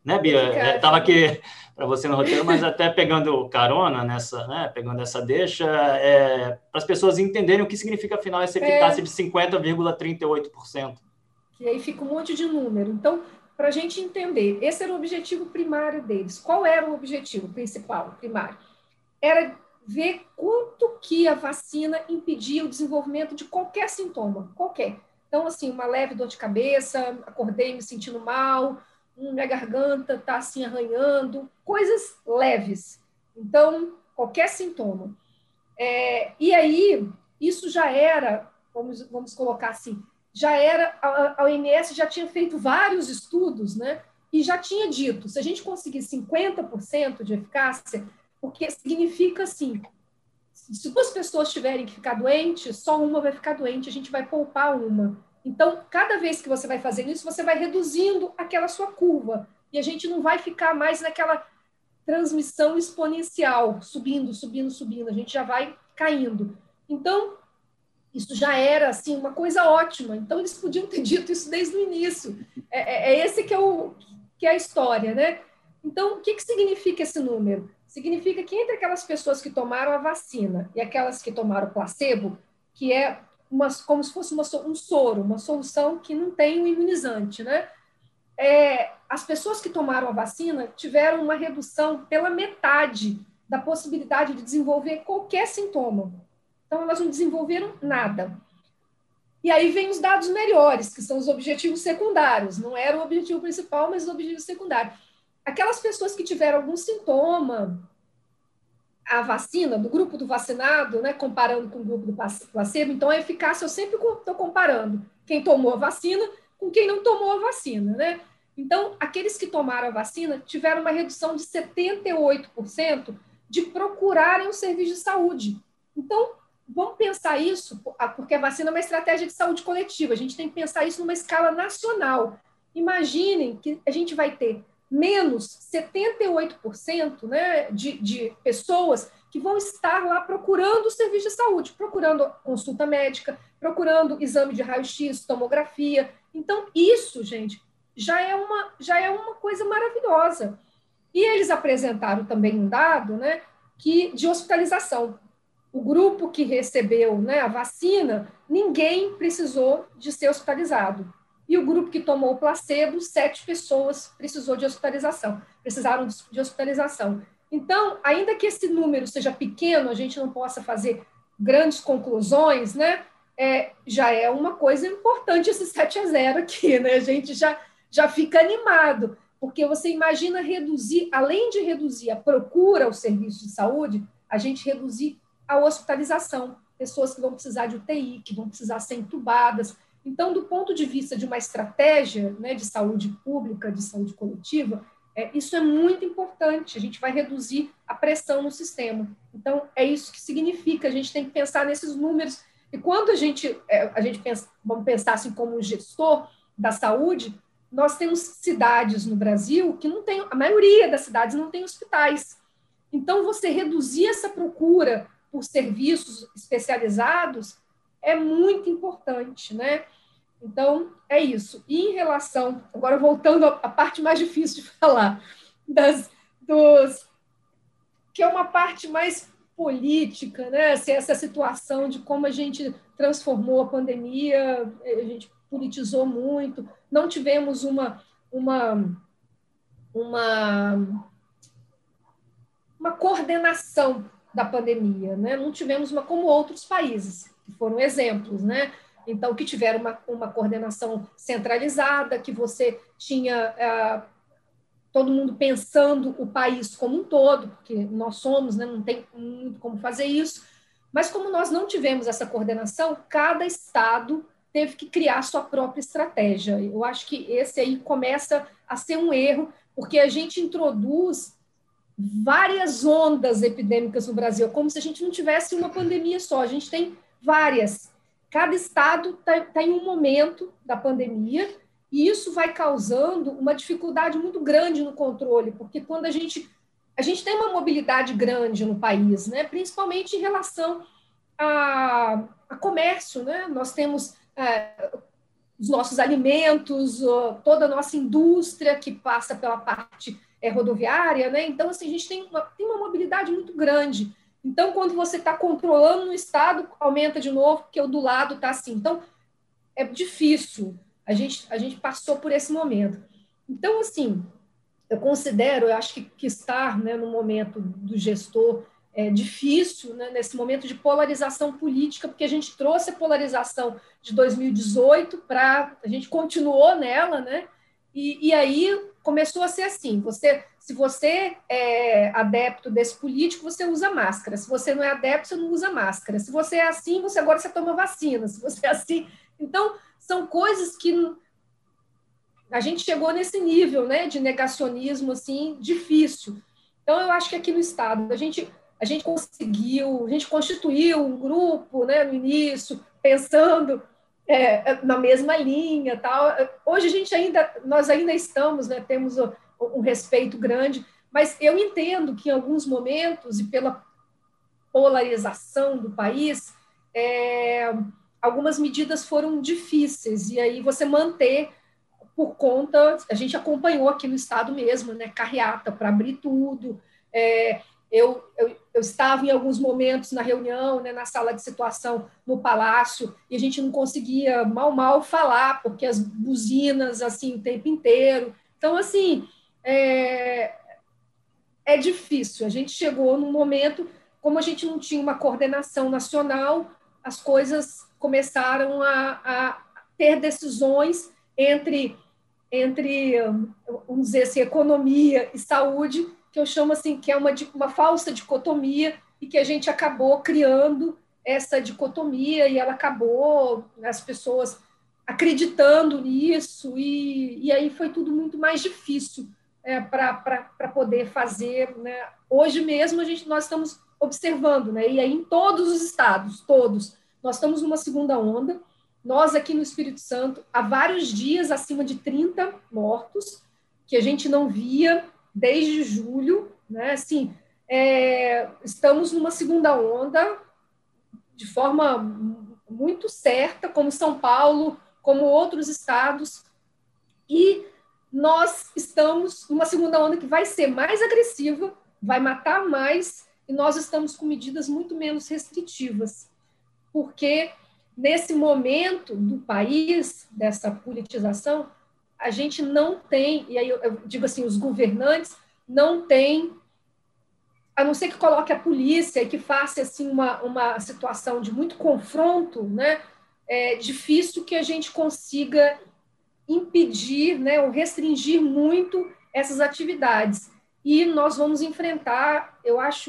né, Bia? Estava aqui para você no roteiro, mas até pegando carona nessa, né, pegando essa deixa, é, para as pessoas entenderem o que significa, afinal, essa eficácia é, de cinquenta vírgula trinta e oito por cento. Que aí fica um monte de número. Então, para a gente entender, esse era o objetivo primário deles. Qual era o objetivo principal, primário? Era ver quanto que a vacina impedia o desenvolvimento de qualquer sintoma, qualquer. Então, assim, uma leve dor de cabeça, acordei me sentindo mal, minha garganta está assim arranhando, coisas leves. Então, qualquer sintoma. É, e aí, isso já era, vamos, vamos colocar assim, já era, a, a O M S já tinha feito vários estudos, né? E já tinha dito, se a gente conseguir cinquenta por cento de eficácia, porque significa assim, se duas pessoas tiverem que ficar doentes, só uma vai ficar doente, a gente vai poupar uma. Então, cada vez que você vai fazendo isso, você vai reduzindo aquela sua curva. E a gente não vai ficar mais naquela transmissão exponencial, subindo, subindo, subindo. A gente já vai caindo. Então, isso já era assim, uma coisa ótima. Então, eles podiam ter dito isso desde o início. É, é esse que é, o, que é a história, né? Então, o que, que significa esse número? Significa que entre aquelas pessoas que tomaram a vacina e aquelas que tomaram o placebo, que é uma, como se fosse uma, um soro, uma solução que não tem um imunizante, né? É, as pessoas que tomaram a vacina tiveram uma redução pela metade da possibilidade de desenvolver qualquer sintoma. Então, elas não desenvolveram nada. E aí vem os dados melhores, que são os objetivos secundários. Não era o objetivo principal, mas o objetivo secundário. Aquelas pessoas que tiveram algum sintoma, a vacina, do grupo do vacinado, né, comparando com o grupo do placebo, então a eficácia eu sempre estou comparando quem tomou a vacina com quem não tomou a vacina, né? Então, aqueles que tomaram a vacina tiveram uma redução de setenta e oito por cento de procurarem um serviço de saúde. Então, vamos pensar isso, porque a vacina é uma estratégia de saúde coletiva, a gente tem que pensar isso numa escala nacional. Imaginem que a gente vai ter menos setenta e oito por cento, né, de, de pessoas que vão estar lá procurando o serviço de saúde, procurando consulta médica, procurando exame de raio-x, tomografia. Então, isso, gente, já é uma, já é uma coisa maravilhosa. E eles apresentaram também um dado, né, que, de hospitalização. O grupo que recebeu, né, a vacina, ninguém precisou de ser hospitalizado. E o grupo que tomou o placebo, sete pessoas precisou de hospitalização, precisaram de hospitalização. Então, ainda que esse número seja pequeno, a gente não possa fazer grandes conclusões, né? É, já é uma coisa importante esse sete a zero aqui, né? A gente já, já fica animado, porque você imagina reduzir, além de reduzir a procura ao serviço de saúde, a gente reduzir a hospitalização, pessoas que vão precisar de U T I, que vão precisar ser entubadas. Então, do ponto de vista de uma estratégia, né, de saúde pública, de saúde coletiva, é, isso é muito importante, a gente vai reduzir a pressão no sistema. Então, é isso que significa, a gente tem que pensar nesses números, e quando a gente, é, a gente pensa, vamos pensar assim como um gestor da saúde, nós temos cidades no Brasil que não tem, a maioria das cidades não tem hospitais. Então, você reduzir essa procura por serviços especializados é muito importante, né? Então, é isso. E em relação, agora voltando à parte mais difícil de falar, das, dos, que é uma parte mais política, né? Essa situação de como a gente transformou a pandemia, a gente politizou muito, não tivemos uma, uma, uma, uma coordenação da pandemia, né? Não tivemos uma como outros países, que foram exemplos, né? Então, que tiveram uma, uma coordenação centralizada, que você tinha ah, todo mundo pensando o país como um todo, porque nós somos, né, não tem muito como fazer isso, mas como nós não tivemos essa coordenação, cada estado teve que criar sua própria estratégia. Eu acho que esse aí começa a ser um erro, porque a gente introduz várias ondas epidêmicas no Brasil, como se a gente não tivesse uma pandemia só, a gente tem várias. Cada estado está tá em um momento da pandemia e isso vai causando uma dificuldade muito grande no controle, porque quando a gente, a gente tem uma mobilidade grande no país, né, principalmente em relação a, a comércio, né, nós temos é, os nossos alimentos, toda a nossa indústria que passa pela parte é, rodoviária, né? Então, assim, a gente tem uma, tem uma mobilidade muito grande. Então, quando você está controlando no estado, aumenta de novo, porque o do lado está assim. Então, é difícil. A gente, a gente passou por esse momento. Então, assim, eu considero, eu acho que, que estar, né, no momento do gestor é difícil, né, nesse momento de polarização política, porque a gente trouxe a polarização de dois mil e dezoito para a gente continuou nela, né? E, e aí começou a ser assim: você, se você é adepto desse político, você usa máscara. Se você não é adepto, você não usa máscara. Se você é assim, você agora você toma vacina. Se você é assim, então são coisas que a gente chegou nesse nível, né, de negacionismo assim difícil. Então eu acho que aqui no estado a gente a gente conseguiu, a gente constituiu um grupo, né, no início, pensando é, na mesma linha, tal. Hoje a gente ainda, nós ainda estamos, né, temos um respeito grande, mas eu entendo que em alguns momentos e pela polarização do país, é, algumas medidas foram difíceis e aí você manter por conta, a gente acompanhou aqui no estado mesmo, né, carreata para abrir tudo. É, eu, eu, eu estava em alguns momentos na reunião, né, na sala de situação no Palácio, e a gente não conseguia mal, mal falar, porque as buzinas, assim, o tempo inteiro. Então, assim, é, é difícil. A gente chegou num momento, como a gente não tinha uma coordenação nacional, as coisas começaram a, a ter decisões entre, entre, vamos dizer assim, economia e saúde, que eu chamo assim, que é uma, uma falsa dicotomia, e que a gente acabou criando essa dicotomia, e ela acabou, as pessoas acreditando nisso, e, e aí foi tudo muito mais difícil é, para poder fazer. Né? Hoje mesmo a gente, nós estamos observando, né? E aí em todos os estados, todos, nós estamos numa segunda onda. Nós aqui no Espírito Santo, há vários dias acima de trinta mortos, que a gente não via desde julho, né? Assim, é, estamos numa segunda onda de forma muito certa, como São Paulo, como outros estados, e nós estamos numa segunda onda que vai ser mais agressiva, vai matar mais, e nós estamos com medidas muito menos restritivas, porque nesse momento do país, dessa politização, a gente não tem, e aí eu digo assim, os governantes não têm, a não ser que coloque a polícia e que faça assim, uma, uma situação de muito confronto, né? É difícil que a gente consiga impedir, né, ou restringir muito essas atividades. E nós vamos enfrentar, eu acho,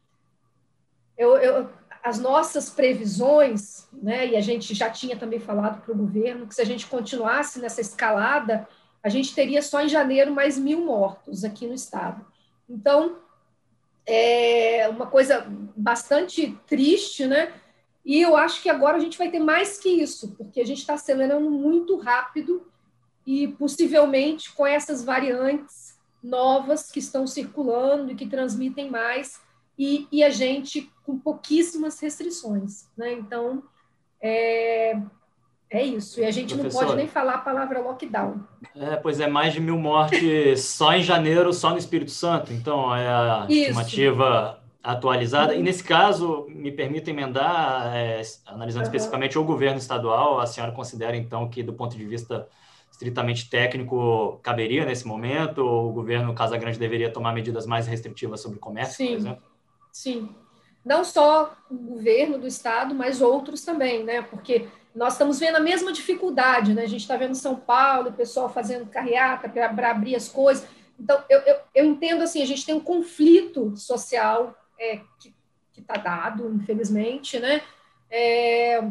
eu, eu, as nossas previsões, né, e a gente já tinha também falado para o governo, que se a gente continuasse nessa escalada, a gente teria só em janeiro mais mil mortos aqui no estado. Então, é uma coisa bastante triste, né? E eu acho que agora a gente vai ter mais que isso, porque a gente está acelerando muito rápido e possivelmente com essas variantes novas que estão circulando e que transmitem mais, e, e a gente com pouquíssimas restrições, né? Então, é, é isso. E a gente Professor, não pode nem falar a palavra lockdown. É, pois é, mais de mil mortes só em janeiro, só no Espírito Santo. Então, é a isso. estimativa atualizada. Uhum. E, nesse caso, me permito emendar, é, analisando uhum. especificamente o governo estadual, a senhora considera, então, que, do ponto de vista estritamente técnico, caberia nesse momento? Ou o governo Casagrande deveria tomar medidas mais restritivas sobre o comércio, sim, por exemplo? Sim. Não só o governo do estado, mas outros também, né? Porque nós estamos vendo a mesma dificuldade, né? A gente está vendo São Paulo, o pessoal fazendo carreata para abrir as coisas. Então, eu, eu, eu entendo assim, a gente tem um conflito social é, que está dado, infelizmente, né? É,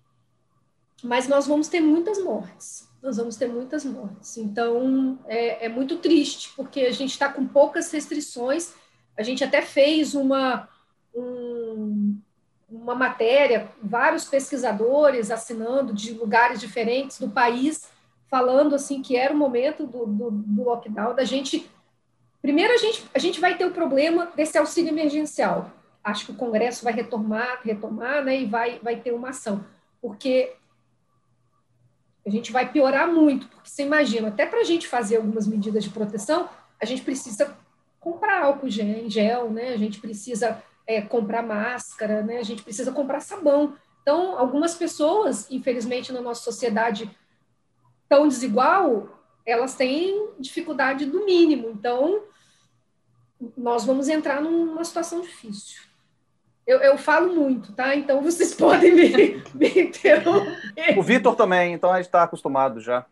mas nós vamos ter muitas mortes. Nós vamos ter muitas mortes. Então, é, é muito triste, porque a gente está com poucas restrições. A gente até fez uma, um, uma matéria, vários pesquisadores assinando de lugares diferentes do país, falando assim que era o momento do, do, do lockdown, da gente... Primeiro, a gente, a gente vai ter o problema desse auxílio emergencial. Acho que o Congresso vai retomar, retomar, né, e vai, vai ter uma ação. Porque... gente vai piorar muito, porque você imagina, até para a gente fazer algumas medidas de proteção, a gente precisa comprar álcool em gel, né? A gente precisa é, comprar máscara, né? A gente precisa comprar sabão. Então, algumas pessoas, infelizmente, na nossa sociedade tão desigual, elas têm dificuldade do mínimo. Então, nós vamos entrar numa situação difícil. Eu, eu falo muito, tá? Então, vocês podem me, me interromper. O Vitor também, então a gente está acostumado já.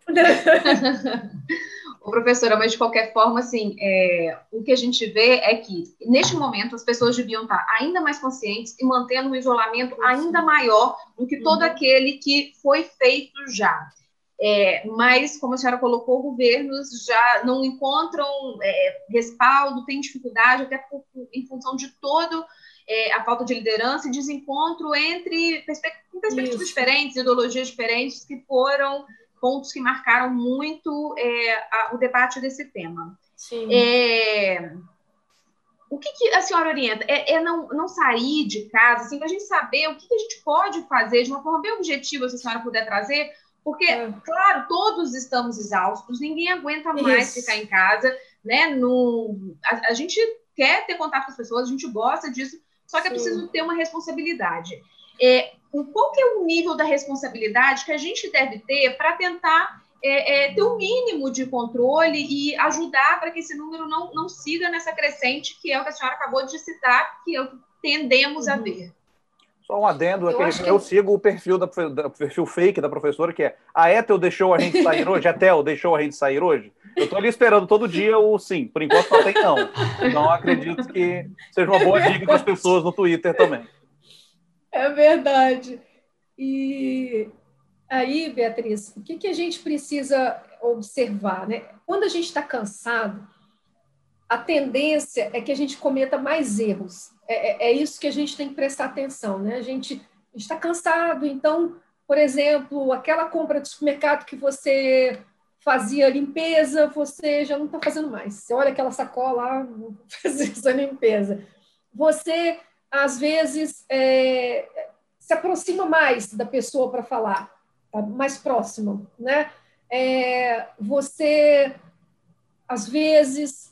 Ô, professora, mas de qualquer forma, assim, é, o que a gente vê é que, neste momento, as pessoas deviam estar ainda mais conscientes e mantendo um isolamento ainda maior do que todo uhum. aquele que foi feito já. É, mas, como a senhora colocou, governos já não encontram é, respaldo, têm dificuldade, até por, em função de todo é, a falta de liderança e desencontro entre perspe perspectivas Isso. diferentes, ideologias diferentes, que foram pontos que marcaram muito é, a, o debate desse tema. Sim. É, o que, que a senhora orienta? É, é não, não sair de casa, assim, para a gente saber o que, que a gente pode fazer de uma forma bem objetiva, se a senhora puder trazer, porque, é. claro, todos estamos exaustos, ninguém aguenta mais Isso. ficar em casa, né? No, a, a gente quer ter contato com as pessoas, a gente gosta disso, só que Sim. é preciso ter uma responsabilidade. É, qual que é o nível da responsabilidade que a gente deve ter para tentar é, é, ter um mínimo de controle e ajudar para que esse número não, não siga nessa crescente, que é o que a senhora acabou de citar, que é o que tendemos uhum. a ver. Só um adendo, eu, é que eu que... sigo o perfil, da, da, perfil fake da professora, que é a Ethel deixou a gente sair hoje? A Ethel deixou a gente sair hoje? Eu estou ali esperando todo dia o sim, por enquanto só tem não. Então acredito que seja uma boa dica para as pessoas no Twitter também. É verdade. E aí, Beatriz, o que, que a gente precisa observar, né? Quando a gente está cansado, a tendência é que a gente cometa mais erros. É, é, é isso que a gente tem que prestar atenção, né? A gente está cansado, então, por exemplo, aquela compra de supermercado que você fazia limpeza, você já não está fazendo mais. Você olha aquela sacola lá, não fazer essa limpeza. Você, às vezes, é, se aproxima mais da pessoa para falar, tá? Mais próximo, né? É, você, às vezes...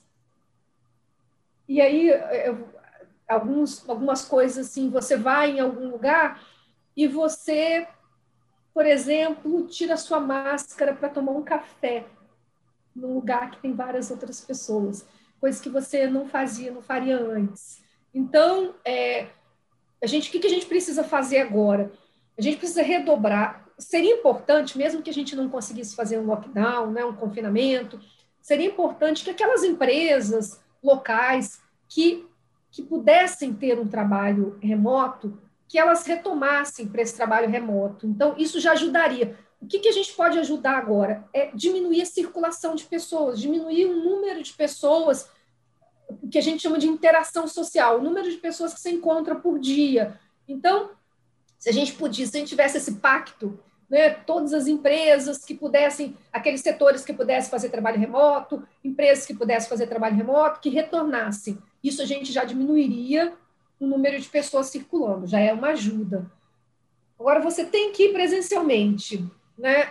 E aí, eu, alguns, algumas coisas assim, você vai em algum lugar e você, por exemplo, tira sua máscara para tomar um café num lugar que tem várias outras pessoas, coisa que você não fazia, não faria antes. Então, é, a gente, o que, que a gente precisa fazer agora? A gente precisa redobrar. Seria importante, mesmo que a gente não conseguisse fazer um lockdown, né, um confinamento, seria importante que aquelas empresas locais que, que pudessem ter um trabalho remoto, que elas retomassem para esse trabalho remoto. Então, isso já ajudaria. O que, que a gente pode ajudar agora? É diminuir a circulação de pessoas, diminuir o número de pessoas, o que a gente chama de interação social, o número de pessoas que se encontram por dia. Então, se a gente pudesse, se a gente tivesse esse pacto, né, todas as empresas que pudessem, aqueles setores que pudessem fazer trabalho remoto, empresas que pudessem fazer trabalho remoto, que retornassem. Isso a gente já diminuiria o número de pessoas circulando, já é uma ajuda. Agora, você tem que ir presencialmente, né?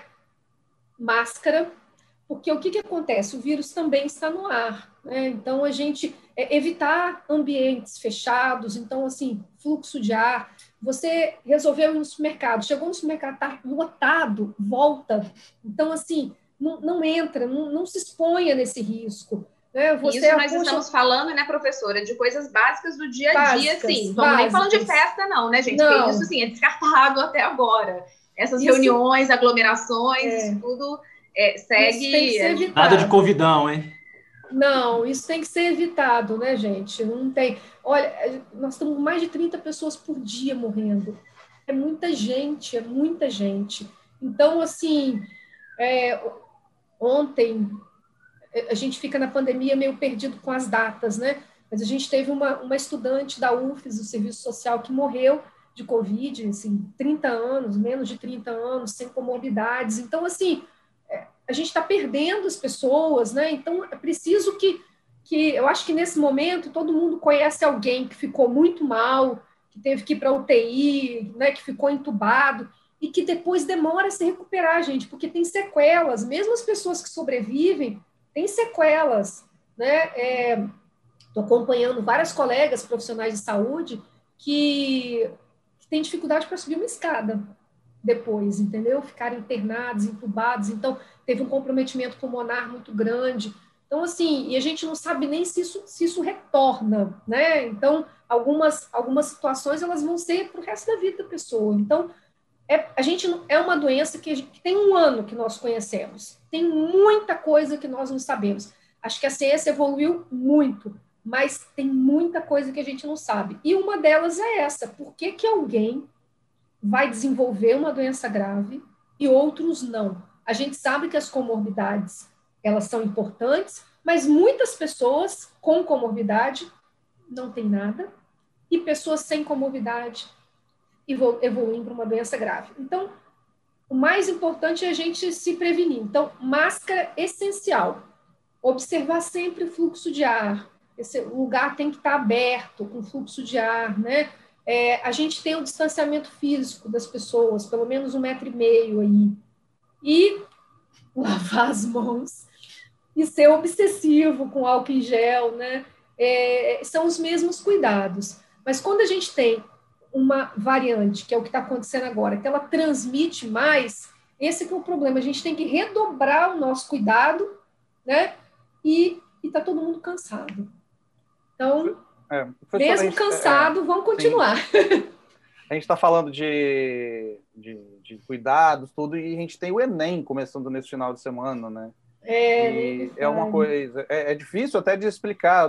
Máscara, porque o que, que acontece? O vírus também está no ar, né? Então, a gente é, evitar ambientes fechados, então, assim, fluxo de ar. Você resolveu ir no supermercado, chegou no supermercado, está lotado, volta. Então, assim, não, não entra, não, não se exponha nesse risco. Né? Você, Isso nós poxa... estamos falando, né, professora, de coisas básicas do dia a básicas, dia, sim. Não estamos nem falando de festa, não, né, gente? Não. Porque isso, sim, é descartado até agora. Essas isso... reuniões, aglomerações, é. isso tudo é, segue... Nada de convidão, hein? Não, isso tem que ser evitado, né, gente? Não tem... Olha, nós estamos com mais de trinta pessoas por dia morrendo. É muita gente, é muita gente. Então, assim, é, ontem... A gente fica na pandemia meio perdido com as datas, né? Mas a gente teve uma, uma estudante da U F E S, do Serviço Social, que morreu de Covid, assim, trinta anos, menos de trinta anos, sem comorbidades. Então, assim, a gente está perdendo as pessoas, né? Então, é preciso que, que... Eu acho que nesse momento todo mundo conhece alguém que ficou muito mal, que teve que ir para a U T I, né? Que ficou entubado. e que depois demora a se recuperar, gente, porque tem sequelas. Mesmo as pessoas que sobrevivem têm sequelas, né? Estou é, acompanhando várias colegas profissionais de saúde que, que têm dificuldade para subir uma escada depois, entendeu? Ficaram internados, entubados. Então, teve um comprometimento pulmonar muito grande. Então, assim, e a gente não sabe nem se isso, se isso retorna, né? Então, algumas, algumas situações, elas vão ser para o resto da vida da pessoa. Então, é, a gente é uma doença que, que tem um ano que nós conhecemos. Tem muita coisa que nós não sabemos. Acho que a ciência evoluiu muito, mas tem muita coisa que a gente não sabe. E uma delas é essa. Por que que alguém vai desenvolver uma doença grave e outros não? A gente sabe que as comorbidades, elas são importantes, mas muitas pessoas com comorbidade não têm nada e pessoas sem comorbidade evoluem para uma doença grave. Então, o mais importante é a gente se prevenir. Então, máscara essencial. Observar sempre o fluxo de ar. Esse lugar tem que estar aberto, com fluxo de ar, né? É, a gente tem o distanciamento físico das pessoas, pelo menos um metro e meio aí. E lavar as mãos e ser obsessivo com álcool em gel, né? É, são os mesmos cuidados. Mas quando a gente tem uma variante, que é o que está acontecendo agora, que ela transmite mais, esse que é o problema. A gente tem que redobrar o nosso cuidado, né? E está todo mundo cansado. Então, é, mesmo gente, cansado, é, vamos continuar. Sim. A gente está falando de, de, de cuidados, tudo, e a gente tem o Enem começando nesse final de semana, né? É, e é uma coisa... É, é difícil até de explicar.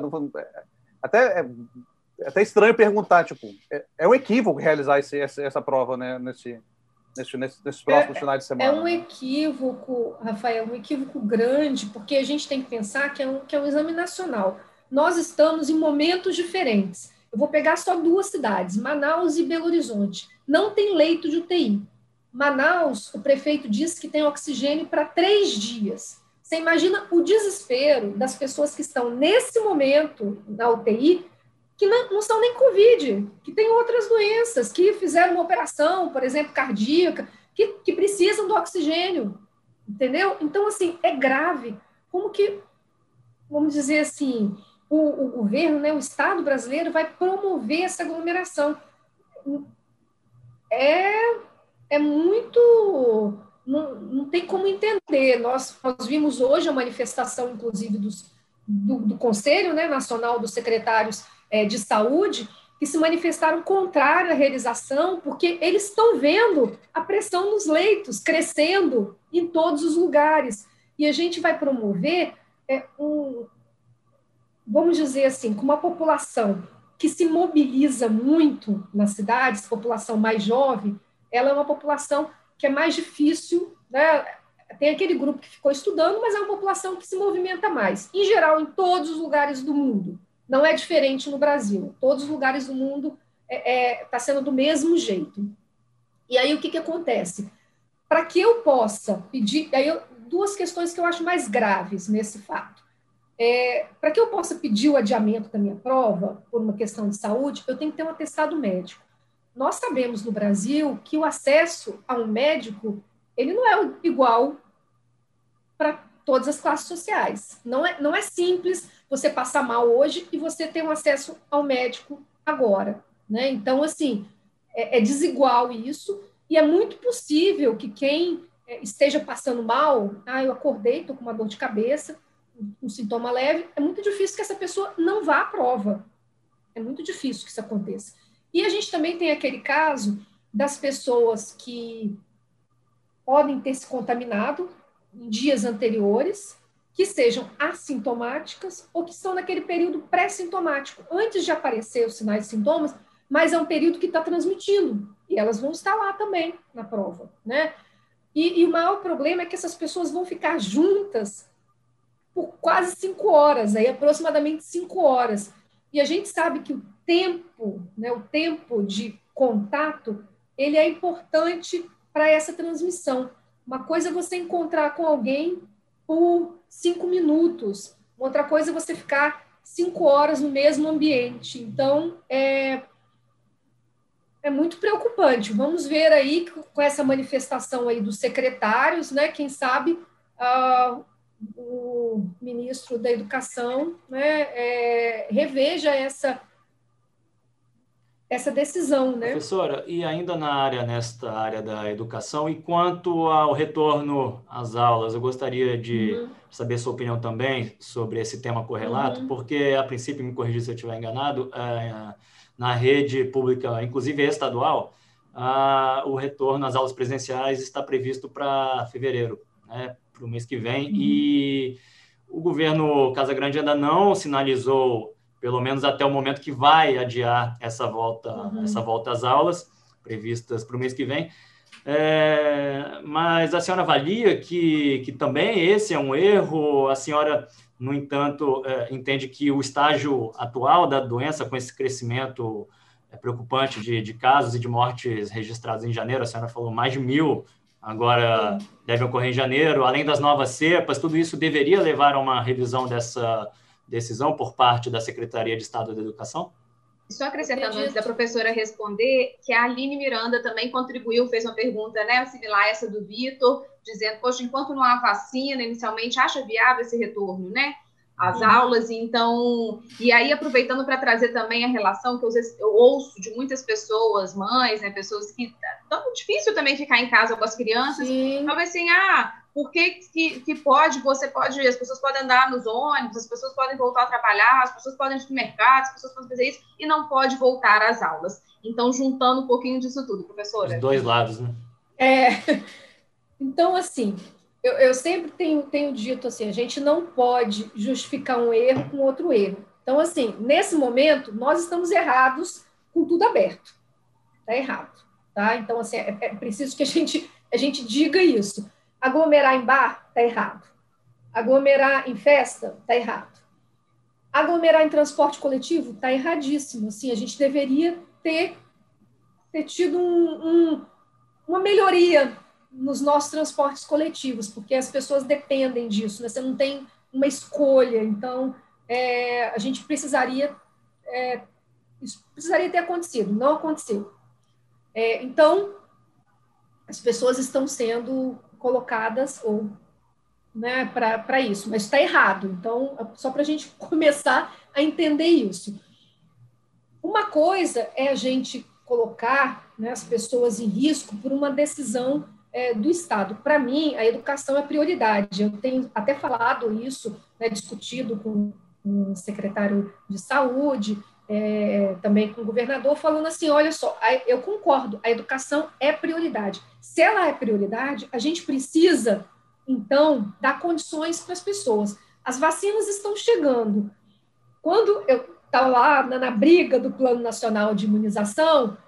Até, é, é até estranho perguntar, tipo... É, é um equívoco realizar esse, essa, essa prova, né? Nesse, nesse, nesse, nesses próximos é, finais de semana. É um equívoco, Rafael, um equívoco grande, porque a gente tem que pensar que é um, que é um exame nacional. Nós estamos em momentos diferentes. Eu vou pegar só duas cidades, Manaus e Belo Horizonte. Não tem leito de U T I. Manaus, o prefeito disse que tem oxigênio para três dias. Você imagina o desespero das pessoas que estão nesse momento na U T I, que não, não são nem Covid, que têm outras doenças, que fizeram uma operação, por exemplo, cardíaca, que, que precisam do oxigênio, entendeu? Então, assim, é grave. Como que, vamos dizer assim, o, o governo, né, o Estado brasileiro vai promover essa aglomeração? É, é muito... Não, não tem como entender. Nós, nós vimos hoje a manifestação, inclusive, dos, do, do Conselho, né, Nacional dos Secretários é, de Saúde, que se manifestaram contrário à realização, porque eles estão vendo a pressão nos leitos crescendo em todos os lugares. E a gente vai promover é, um... vamos dizer assim, com uma população que se mobiliza muito nas cidades, população mais jovem, ela é uma população que é mais difícil, né? Tem aquele grupo que ficou estudando, mas é uma população que se movimenta mais. Em geral, em todos os lugares do mundo. Não é diferente no Brasil. Todos os lugares do mundo está é, é, sendo do mesmo jeito. E aí, o que, que acontece? Para que eu possa pedir... Aí eu, duas questões que eu acho mais graves nesse fato. É, para que eu possa pedir o adiamento da minha prova, por uma questão de saúde, eu tenho que ter um atestado médico. Nós sabemos no Brasil que o acesso a um médico, ele não é igual para todas as classes sociais. Não é, não é simples você passar mal hoje e você ter um acesso ao médico agora, né? Então, assim, é, é desigual isso, e é muito possível que quem esteja passando mal, ah, eu acordei, estou com uma dor de cabeça, um sintoma leve, é muito difícil que essa pessoa não vá à prova. É muito difícil que isso aconteça. E a gente também tem aquele caso das pessoas que podem ter se contaminado em dias anteriores, que sejam assintomáticas ou que estão naquele período pré-sintomático, antes de aparecer os sinais e sintomas, mas é um período que está transmitindo, e elas vão estar lá também na prova, né? E, e o maior problema é que essas pessoas vão ficar juntas por quase cinco horas, aí aproximadamente cinco horas. E a gente sabe que o tempo, né, o tempo de contato, ele é importante para essa transmissão. Uma coisa é você encontrar com alguém por cinco minutos, outra coisa é você ficar cinco horas no mesmo ambiente. Então, é, é muito preocupante. Vamos ver aí com essa manifestação aí dos secretários, né? Quem sabe ah, o ministro da Educação, né, é, reveja essa essa decisão, né? Professora, e ainda na área, nesta área da educação, e quanto ao retorno às aulas, eu gostaria de uhum. saber sua opinião também sobre esse tema correlato, uhum. porque, a princípio, me corrija se eu estiver enganado, é, na rede pública, inclusive estadual, a, o retorno às aulas presenciais está previsto para fevereiro, né, para o mês que vem, uhum. e o governo Casagrande ainda não sinalizou, pelo menos até o momento que vai adiar essa volta, uhum. essa volta às aulas, previstas para o mês que vem. É, mas a senhora avalia que, que também esse é um erro? A senhora, no entanto, é, entende que o estágio atual da doença, com esse crescimento é, preocupante de, de casos e de mortes registrados em janeiro, a senhora falou mais de mil, agora deve ocorrer em janeiro, além das novas cepas, tudo isso deveria levar a uma revisão dessa decisão por parte da Secretaria de Estado da Educação? Só acrescentando antes da professora responder, que a Aline Miranda também contribuiu, fez uma pergunta, né, similar a essa do Vitor, dizendo, poxa, enquanto não há vacina, inicialmente acha viável esse retorno, né, às uhum. aulas, então, e aí aproveitando para trazer também a relação que eu, eu ouço de muitas pessoas, mães, né, pessoas que, tão difícil também ficar em casa com as crianças, Sim. talvez assim, ah, por que, que que pode, você pode, as pessoas podem andar nos ônibus, as pessoas podem voltar a trabalhar, as pessoas podem ir no mercado, as pessoas podem fazer isso, e não pode voltar às aulas. Então, juntando um pouquinho disso tudo, professora. Os dois lados, né? É, então, assim, eu, eu sempre tenho, tenho dito assim, a gente não pode justificar um erro com outro erro. Então, assim, nesse momento, nós estamos errados com tudo aberto. Está errado, tá? Então, assim, é, é preciso que a gente, a gente diga isso. Aglomerar em bar, está errado. Aglomerar em festa, está errado. Aglomerar em transporte coletivo, está erradíssimo. Assim, a gente deveria ter, ter tido um, um, uma melhoria nos nossos transportes coletivos, porque as pessoas dependem disso, né? Você não tem uma escolha. Então, é, a gente precisaria, é, isso precisaria ter acontecido, não aconteceu. É, então, as pessoas estão sendo colocadas ou, né, para isso, mas está errado. Então, só para a gente começar a entender isso. Uma coisa é a gente colocar, né, as pessoas em risco por uma decisão é, do Estado. Para mim, a educação é prioridade. Eu tenho até falado isso, né, discutido com o secretário de Saúde, É, também com o governador, falando assim, olha só, eu concordo, a educação é prioridade. Se ela é prioridade, a gente precisa, então, dar condições para as pessoas. As vacinas estão chegando. Quando eu estava lá na, na briga do Plano Nacional de Imunização,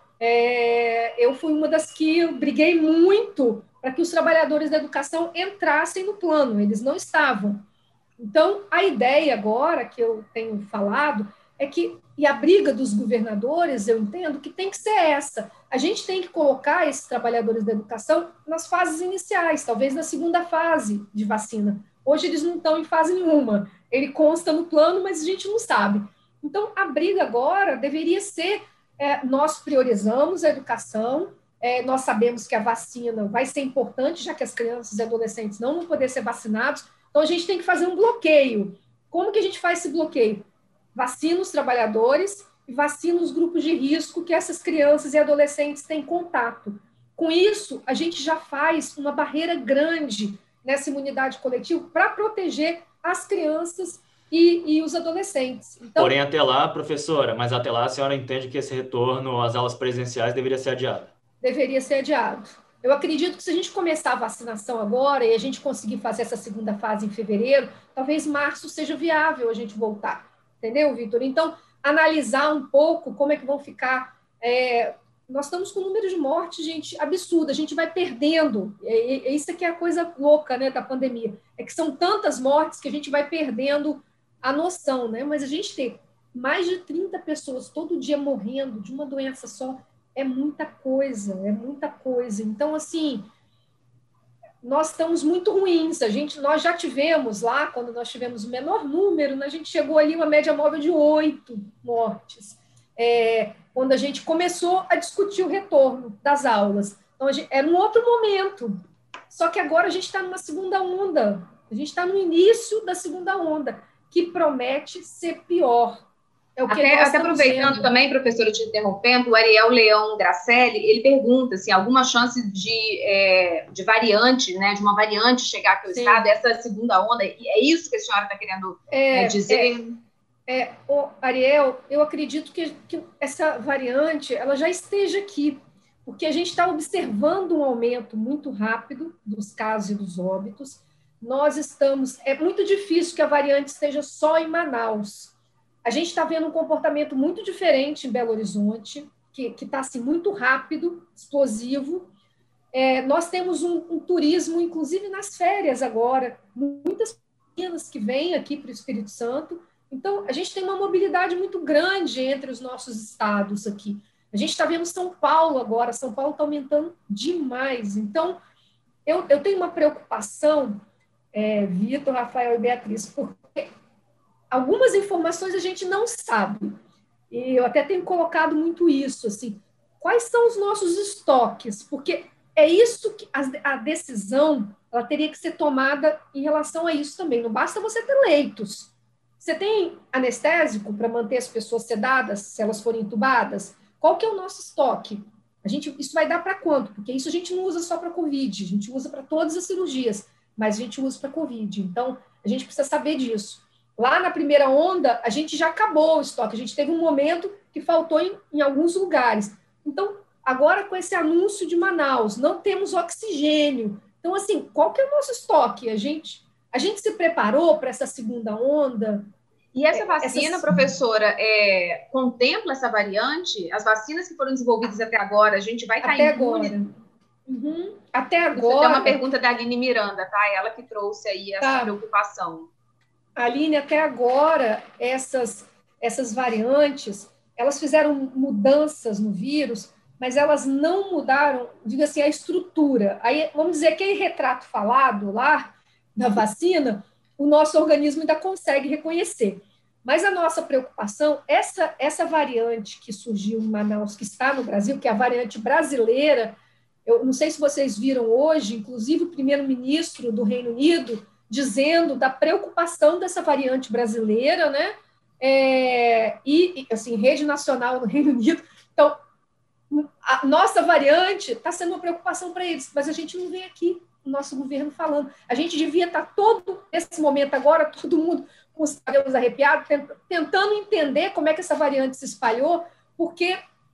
é, eu fui uma das que eu briguei muito para que os trabalhadores da educação entrassem no plano, eles não estavam. Então, a ideia agora, que eu tenho falado, é que, e a briga dos governadores, eu entendo que tem que ser essa. A gente tem que colocar esses trabalhadores da educação nas fases iniciais, talvez na segunda fase de vacina. Hoje eles não estão em fase nenhuma. Ele consta no plano, mas a gente não sabe. Então, a briga agora deveria ser, é, nós priorizamos a educação, é, nós sabemos que a vacina vai ser importante, já que as crianças e adolescentes não vão poder ser vacinados, então a gente tem que fazer um bloqueio. Como que a gente faz esse bloqueio? Vacina os trabalhadores e vacina os grupos de risco que essas crianças e adolescentes têm contato. Com isso, a gente já faz uma barreira grande nessa imunidade coletiva para proteger as crianças e, e os adolescentes. Então, porém, até lá, professora, mas até lá a senhora entende que esse retorno às aulas presenciais deveria ser adiado? Deveria ser adiado. Eu acredito que se a gente começar a vacinação agora e a gente conseguir fazer essa segunda fase em fevereiro, talvez março seja viável a gente voltar. Entendeu, Vitor? Então, analisar um pouco como é que vão ficar. É, nós estamos com um número de mortes, gente, absurdo. A gente vai perdendo. É, é, isso aqui é a coisa louca, né, da pandemia. É que são tantas mortes que a gente vai perdendo a noção, né? Mas a gente ter mais de trinta pessoas todo dia morrendo de uma doença só é muita coisa, é muita coisa. Então, assim, nós estamos muito ruins. A gente, nós já tivemos lá, quando nós tivemos o menor número, né, a gente chegou ali uma média móvel de oito mortes. É, quando a gente começou a discutir o retorno das aulas. Então, a gente, era um outro momento. Só que agora a gente está numa segunda onda. A gente está no início da segunda onda, que promete ser pior. É o que até, até aproveitando vendo. Também, professora, te interrompendo, o Ariel Leão Gracelli, ele pergunta se assim, alguma chance de, é, de variante, né, de uma variante chegar aqui ao Sim. estado, essa segunda onda, é isso que a senhora está querendo é, é, dizer? É, é, o Ariel, eu acredito que, que essa variante ela já esteja aqui, porque a gente está observando um aumento muito rápido dos casos e dos óbitos. Nós estamos... É muito difícil que a variante esteja só em Manaus. A gente está vendo um comportamento muito diferente em Belo Horizonte, que está assim, muito rápido, explosivo. É, nós temos um, um turismo, inclusive nas férias agora, muitas meninas que vêm aqui para o Espírito Santo. Então, a gente tem uma mobilidade muito grande entre os nossos estados aqui. A gente está vendo São Paulo agora, São Paulo está aumentando demais. Então, eu, eu tenho uma preocupação, é, Vitor, Rafael e Beatriz, porque algumas informações a gente não sabe, e eu até tenho colocado muito isso, assim, quais são os nossos estoques, porque é isso que a, a decisão ela teria que ser tomada em relação a isso também, não basta você ter leitos, você tem anestésico para manter as pessoas sedadas, se elas forem entubadas, qual que é o nosso estoque? A gente, isso vai dar para quanto? Porque isso a gente não usa só para Covid, a gente usa para todas as cirurgias, mas a gente usa para Covid, então a gente precisa saber disso. Lá na primeira onda, a gente já acabou o estoque. A gente teve um momento que faltou em, em alguns lugares. Então, agora com esse anúncio de Manaus, não temos oxigênio. Então, assim, qual que é o nosso estoque? A gente, a gente se preparou para essa segunda onda? E essa vacina, essa... professora, é, contempla essa variante? As vacinas que foram desenvolvidas até agora, a gente vai estar até imune? Agora. Uhum. Até agora... Isso é uma pergunta da Aline Miranda, tá? Ela que trouxe aí essa tá. preocupação. Aline, até agora, essas, essas variantes, elas fizeram mudanças no vírus, mas elas não mudaram, diga assim, a estrutura. Aí, vamos dizer, aquele retrato falado lá, da vacina, o nosso organismo ainda consegue reconhecer. Mas a nossa preocupação, essa, essa variante que surgiu em Manaus, que está no Brasil, que é a variante brasileira, eu não sei se vocês viram hoje, inclusive o primeiro-ministro do Reino Unido, dizendo da preocupação dessa variante brasileira, né? É, e, assim, rede nacional no Reino Unido. Então, a nossa variante está sendo uma preocupação para eles, mas a gente não vê aqui o nosso governo falando. A gente devia estar todo, nesse momento agora, todo mundo com os cabelos arrepiados, tentando entender como é que essa variante se espalhou, porque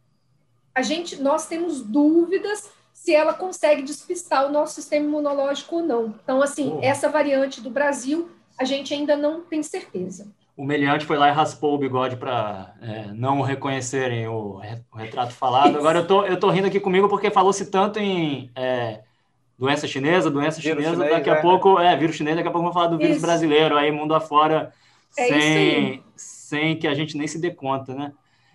a gente, nós temos dúvidas se ela consegue despistar o nosso sistema imunológico ou não. Então, assim, oh. essa variante do Brasil, a gente ainda não tem certeza. O meliante foi lá e raspou o bigode para é, não reconhecerem o, o retrato falado. Isso. Agora, eu tô, eu tô rindo aqui comigo porque falou-se tanto em é, doença chinesa, doença vírus chinesa, chinês, daqui a é. pouco, é, vírus chinês, daqui a pouco vamos falar do vírus isso. brasileiro, aí mundo afora, é sem, sem que a gente nem se dê conta, né?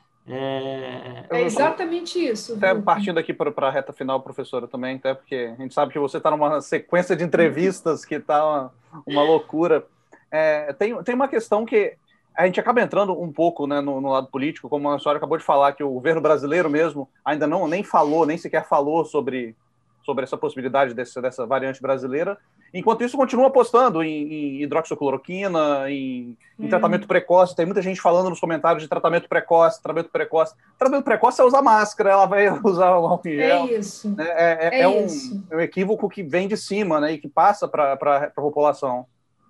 É, é exatamente isso. Até partindo aqui para a reta final, professora, também, até porque a gente sabe que você está numa sequência de entrevistas que está uma, uma loucura. É, tem, tem uma questão que a gente acaba entrando um pouco, né, no, no lado político, como a senhora acabou de falar, que o governo brasileiro mesmo ainda não nem falou, nem sequer falou sobre, sobre essa possibilidade desse, dessa variante brasileira. Enquanto isso, continua apostando em, em hidroxicloroquina, em, em hum. tratamento precoce. Tem muita gente falando nos comentários de tratamento precoce, tratamento precoce. Tratamento precoce é usar máscara, ela vai usar o álcool em gel. É isso. Né? É, é, é, é, um, isso. é um equívoco que vem de cima, né, e que passa para a população.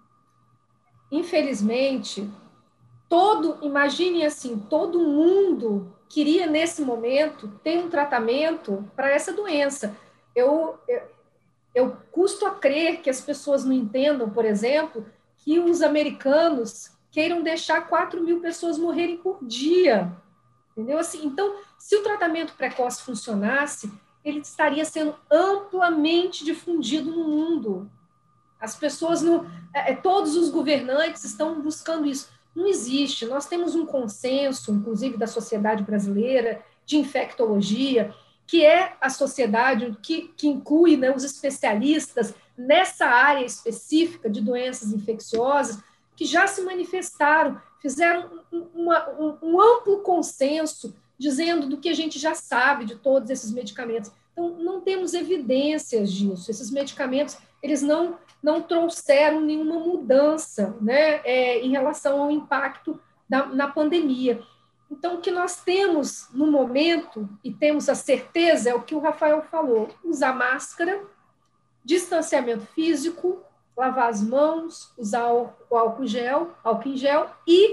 Infelizmente, todo, imagine assim, todo mundo queria, nesse momento, ter um tratamento para essa doença. Eu... eu Eu custo a crer que as pessoas não entendam, por exemplo, que os americanos queiram deixar quatro mil pessoas morrerem por dia. Entendeu? Assim, então, se o tratamento precoce funcionasse, ele estaria sendo amplamente difundido no mundo. As pessoas, não, é, todos os governantes estão buscando isso. Não existe. Nós temos um consenso, inclusive da sociedade brasileira, de infectologia, que é a sociedade que, que inclui, né, os especialistas nessa área específica de doenças infecciosas, que já se manifestaram, fizeram uma, um, um amplo consenso dizendo do que a gente já sabe de todos esses medicamentos. Então, não temos evidências disso. Esses medicamentos, eles não, não trouxeram nenhuma mudança, né, é, em relação ao impacto da, na pandemia. Então, o que nós temos no momento, e temos a certeza, é o que o Rafael falou: usar máscara, distanciamento físico, lavar as mãos, usar o álcool gel, álcool em gel e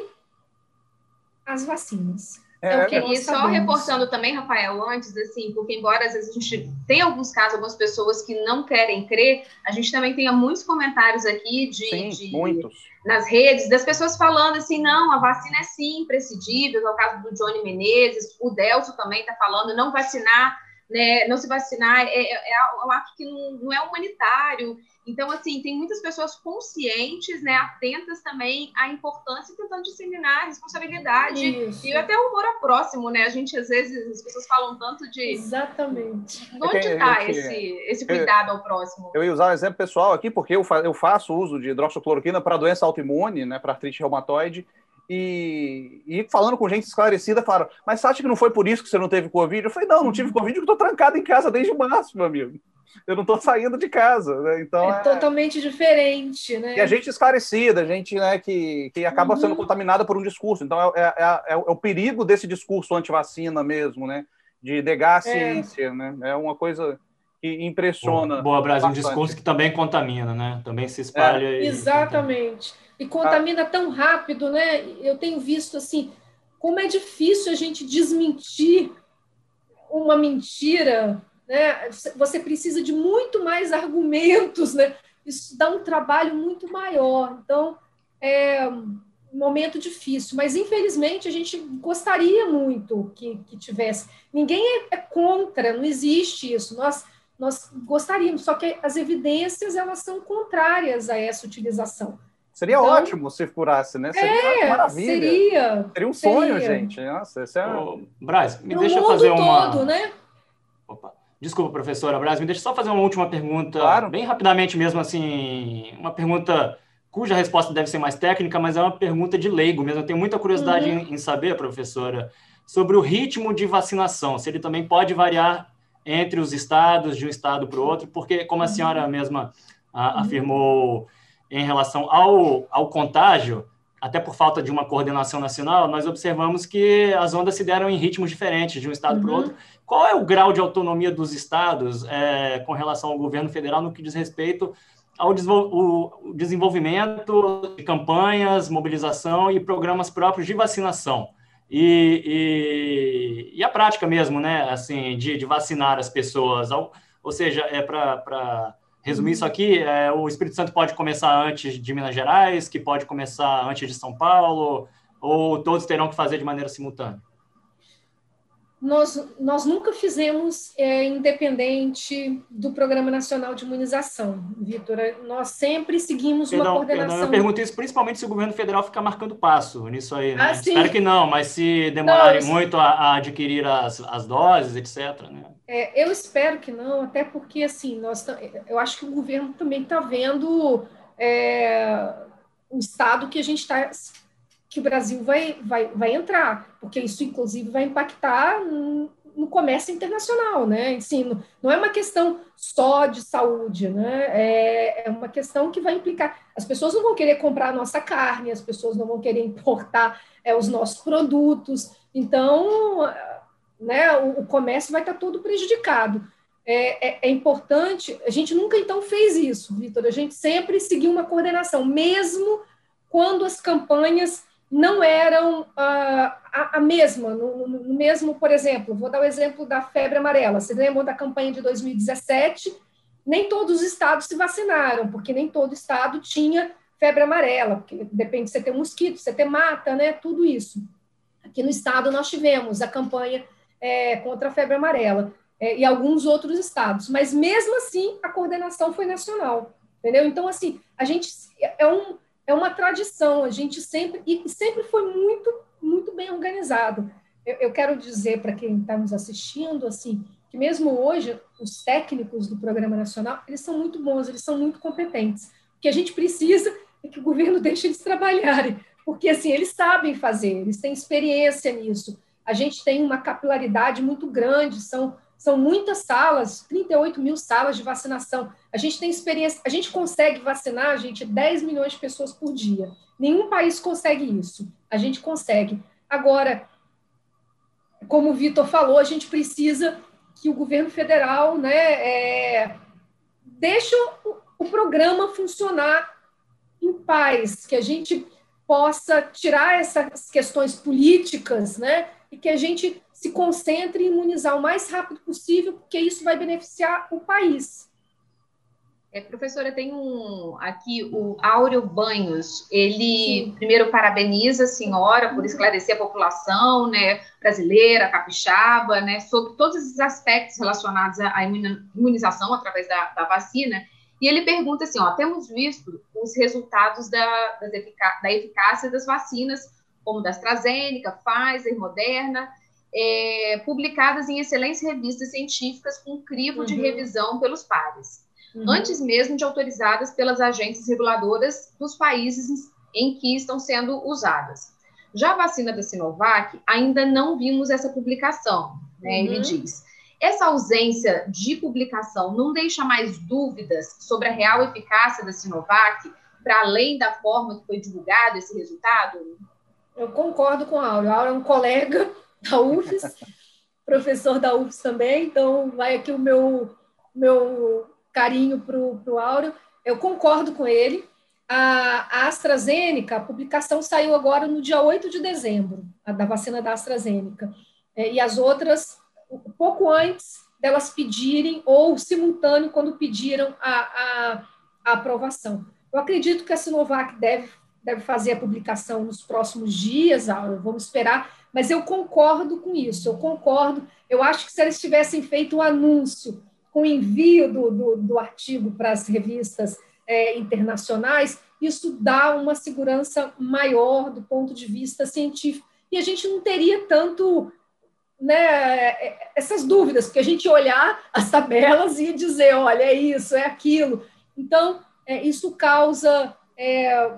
as vacinas. É, é o que e só sabemos. Reportando também, Rafael, antes, assim, porque embora às vezes a gente tem alguns casos, algumas pessoas que não querem crer, a gente também tem muitos comentários aqui de, sim, de muitos. nas redes, das pessoas falando assim, não, a vacina é sim imprescindível, é o caso do Johnny Menezes, o Delcio também está falando, não vacinar, né, não se vacinar é, é, é um ato que não, não é humanitário. Então, assim, tem muitas pessoas conscientes, né, atentas também à importância e tentando disseminar a responsabilidade. Isso. E até o humor ao próximo, né? A gente, às vezes, as pessoas falam tanto de... Exatamente. Onde está é esse, esse cuidado ao próximo? Eu ia usar um exemplo pessoal aqui, porque eu, fa eu faço uso de hidroxicloroquina para doença autoimune, né, para artrite reumatoide, e, e falando com gente esclarecida, falaram, mas você acha que não foi por isso que você não teve Covid? Eu falei, não, não tive Covid porque eu estou trancado em casa desde março, meu amigo. Eu não estou saindo de casa, né? Então é, é totalmente diferente, né? E a gente esclarecida, a gente, né, que, que acaba uhum. sendo contaminada por um discurso. Então é, é, é, é o perigo desse discurso antivacina mesmo, né? De negar a ciência, é. né? É uma coisa que impressiona. Boa, Brasil, um discurso que também contamina, né? Também se espalha. É. E exatamente. Contamina. E contamina ah. tão rápido, né? Eu tenho visto assim, como é difícil a gente desmentir uma mentira. Né? Você precisa de muito mais argumentos, né? Isso dá um trabalho muito maior. Então, é um momento difícil, mas infelizmente a gente gostaria muito que, que tivesse. Ninguém é, é contra, não existe isso. Nós, nós gostaríamos, só que as evidências elas são contrárias a essa utilização. Seria então, ótimo se curasse, né? Seria é, uma maravilha. Seria. Seria um sonho, seria. gente. Nossa, esse é... Ô, Braz, me Pro deixa mundo fazer uma... todo, né? Opa. Desculpa, professora Braz, me deixa só fazer uma última pergunta, claro. bem rapidamente mesmo, assim, uma pergunta cuja resposta deve ser mais técnica, mas é uma pergunta de leigo mesmo. Eu tenho muita curiosidade uhum. em, em saber, professora, sobre o ritmo de vacinação, se ele também pode variar entre os estados, de um estado para o outro, porque, como a senhora mesma a, uhum. afirmou em relação ao, ao contágio, até por falta de uma coordenação nacional, nós observamos que as ondas se deram em ritmos diferentes de um estado uhum. para o outro. Qual é o grau de autonomia dos estados é, com relação ao governo federal no que diz respeito ao o desenvolvimento de campanhas, mobilização e programas próprios de vacinação? E, e, e a prática mesmo, né, assim, de, de vacinar as pessoas. Ou, ou seja, é para... resumir isso aqui, é, o Espírito Santo pode começar antes de Minas Gerais, que pode começar antes de São Paulo, ou todos terão que fazer de maneira simultânea? Nós, nós nunca fizemos é, independente do Programa Nacional de Imunização, Vitor. Nós sempre seguimos perdão, uma coordenação... Perdão, eu pergunto isso principalmente se o governo federal fica marcando passo nisso aí. Né? Ah, Espero que não, mas se demorarem não, muito a, a adquirir as, as doses, etcétera, né? É, eu espero que não, até porque, assim, nós, eu acho que o governo também está vendo é, o estado que a gente está, que o Brasil vai, vai, vai entrar, porque isso, inclusive, vai impactar no, no comércio internacional, né? Assim, não é uma questão só de saúde, né? É, é uma questão que vai implicar. As pessoas não vão querer comprar a nossa carne, as pessoas não vão querer importar é, os nossos produtos, então... Né, o, o comércio vai estar todo prejudicado. É, é, é importante, a gente nunca então fez isso, Vitor, a gente sempre seguiu uma coordenação, mesmo quando as campanhas não eram ah, a, a mesma, no, no mesmo, por exemplo, vou dar o exemplo da febre amarela, vocês lembram da campanha de dois mil e dezessete? Nem todos os estados se vacinaram, porque nem todo estado tinha febre amarela, porque depende de você ter mosquito, você ter mata, né, tudo isso. Aqui no estado nós tivemos a campanha É, contra a febre amarela, é, e alguns outros estados, mas mesmo assim a coordenação foi nacional, entendeu? Então, assim, a gente é, um, é uma tradição, a gente sempre, e sempre foi muito, muito bem organizado. Eu, eu quero dizer para quem está nos assistindo, assim, que mesmo hoje, os técnicos do Programa Nacional, eles são muito bons, eles são muito competentes. O que a gente precisa é que o governo deixe eles trabalharem, porque, assim, eles sabem fazer, eles têm experiência nisso. a gente tem uma capilaridade muito grande, são, são muitas salas, trinta e oito mil salas de vacinação. A gente tem experiência, a gente consegue vacinar, gente, dez milhões de pessoas por dia. Nenhum país consegue isso. A gente consegue. Agora, como o Vitor falou, a gente precisa que o governo federal, né, é, deixe o, o programa funcionar em paz, que a gente possa tirar essas questões políticas, né, e que a gente se concentre em imunizar o mais rápido possível, porque isso vai beneficiar o país. É, professora, tem um aqui, o Áureo Banhos, ele Sim. primeiro parabeniza a senhora por esclarecer a população, né, brasileira, capixaba, né, sobre todos esses aspectos relacionados à imunização através da, da vacina, e ele pergunta assim, ó, temos visto os resultados da, das efic- da eficácia das vacinas, como da AstraZeneca, Pfizer, Moderna, é, publicadas em excelentes revistas científicas com crivo Uhum. de revisão pelos pares. Uhum. Antes mesmo de autorizadas pelas agências reguladoras dos países em que estão sendo usadas. Já a vacina da Sinovac, ainda não vimos essa publicação, né? Uhum. Ele diz, essa ausência de publicação não deixa mais dúvidas sobre a real eficácia da Sinovac, para além da forma que foi divulgado esse resultado? Eu concordo com a Áureo. A Áureo é um colega da U F S, professor da U F S também, então vai aqui o meu... meu carinho para o Áureo, eu concordo com ele. A, a AstraZeneca, a publicação saiu agora no dia oito de dezembro, a da vacina da AstraZeneca, é, e as outras, um pouco antes delas pedirem, ou simultâneo, quando pediram a, a, a aprovação. Eu acredito que a Sinovac deve, deve fazer a publicação nos próximos dias, Áureo, vamos esperar, mas eu concordo com isso, eu concordo, eu acho que se eles tivessem feito um anúncio com o envio do, do, do artigo para as revistas é, internacionais, isso dá uma segurança maior do ponto de vista científico. E a gente não teria tanto, né, essas dúvidas, porque a gente olhar as tabelas e dizer, olha, é isso, é aquilo. Então, é, isso causa é,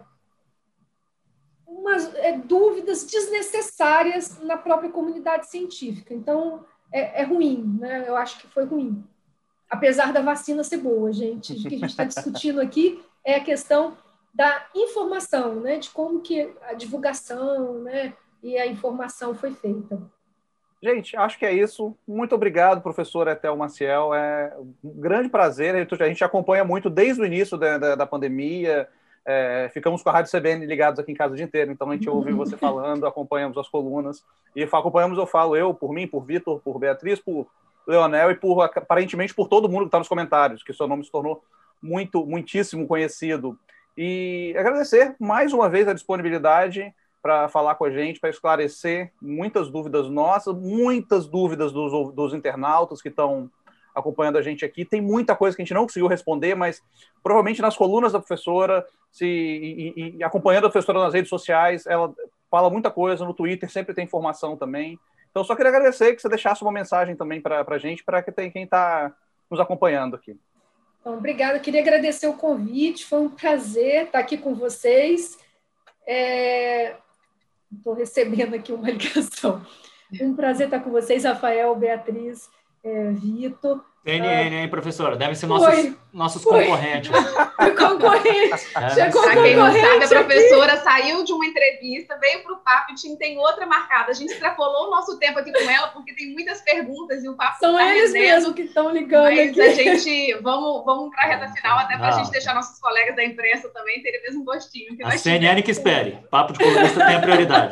umas é, dúvidas desnecessárias na própria comunidade científica. Então, é, é ruim, né? Eu acho que foi ruim. Apesar da vacina ser boa, gente. O que a gente está discutindo aqui é a questão da informação, né? De como que a divulgação, né? E a informação foi feita. Gente, acho que é isso. Muito obrigado, professor Etel Maciel. É um grande prazer. A gente acompanha muito desde o início da, da, da pandemia. É, ficamos com a Rádio C B N ligados aqui em casa o dia inteiro. Então, a gente ouve você falando, acompanhamos as colunas. E acompanhamos, eu falo, eu, por mim, por Vitor, por Beatriz, por Leonel e por, aparentemente, por todo mundo que está nos comentários, que seu nome se tornou muito, muitíssimo conhecido. E agradecer mais uma vez a disponibilidade para falar com a gente, para esclarecer muitas dúvidas nossas, muitas dúvidas dos, dos internautas que estão acompanhando a gente aqui. Tem muita coisa que a gente não conseguiu responder, mas provavelmente nas colunas da professora, se, e, e acompanhando a professora nas redes sociais, ela fala muita coisa, no Twitter sempre tem informação também. Então, só queria agradecer que você deixasse uma mensagem também para a gente, para que tem quem está nos acompanhando aqui. Então, obrigada. Eu queria agradecer o convite. Foi um prazer estar aqui com vocês. Estou é... recebendo aqui uma ligação. Um prazer estar com vocês, Rafael, Beatriz, é, Vitor. C N N, hein, professora? Devem ser nossos, nossos concorrentes. Concorrente. É. Chegou Pra quem não sabe, a professora aqui. Saiu de uma entrevista, veio para o papo e tem outra marcada. A gente extrapolou o nosso tempo aqui com ela, porque tem muitas perguntas e o papo São tá eles rendendo, mesmos que estão ligando mas aqui. a gente, vamos, vamos para a reta final, até para a Não. gente deixar nossos colegas da imprensa também terem o mesmo gostinho que A nós C N N tivemos. que espere. Papo de colunista tem a prioridade.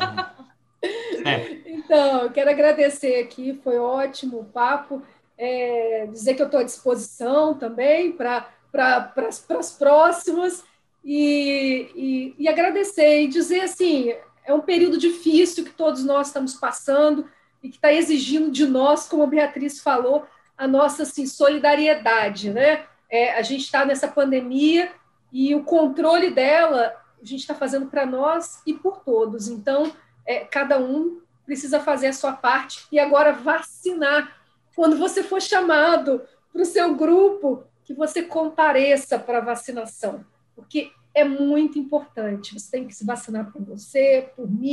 É. Então, eu quero agradecer aqui, foi ótimo o papo. É, dizer que eu estou à disposição também para pra, pra, as próximas e, e, e agradecer e dizer assim, é um período difícil que todos nós estamos passando e que está exigindo de nós, como a Beatriz falou, a nossa assim, solidariedade, né? É, a gente está nessa pandemia e o controle dela a gente está fazendo para nós e por todos. Então, é, cada um precisa fazer a sua parte e agora vacinar. Quando você for chamado para o seu grupo, que você compareça para a vacinação, porque é muito importante. Você tem que se vacinar por você, por mim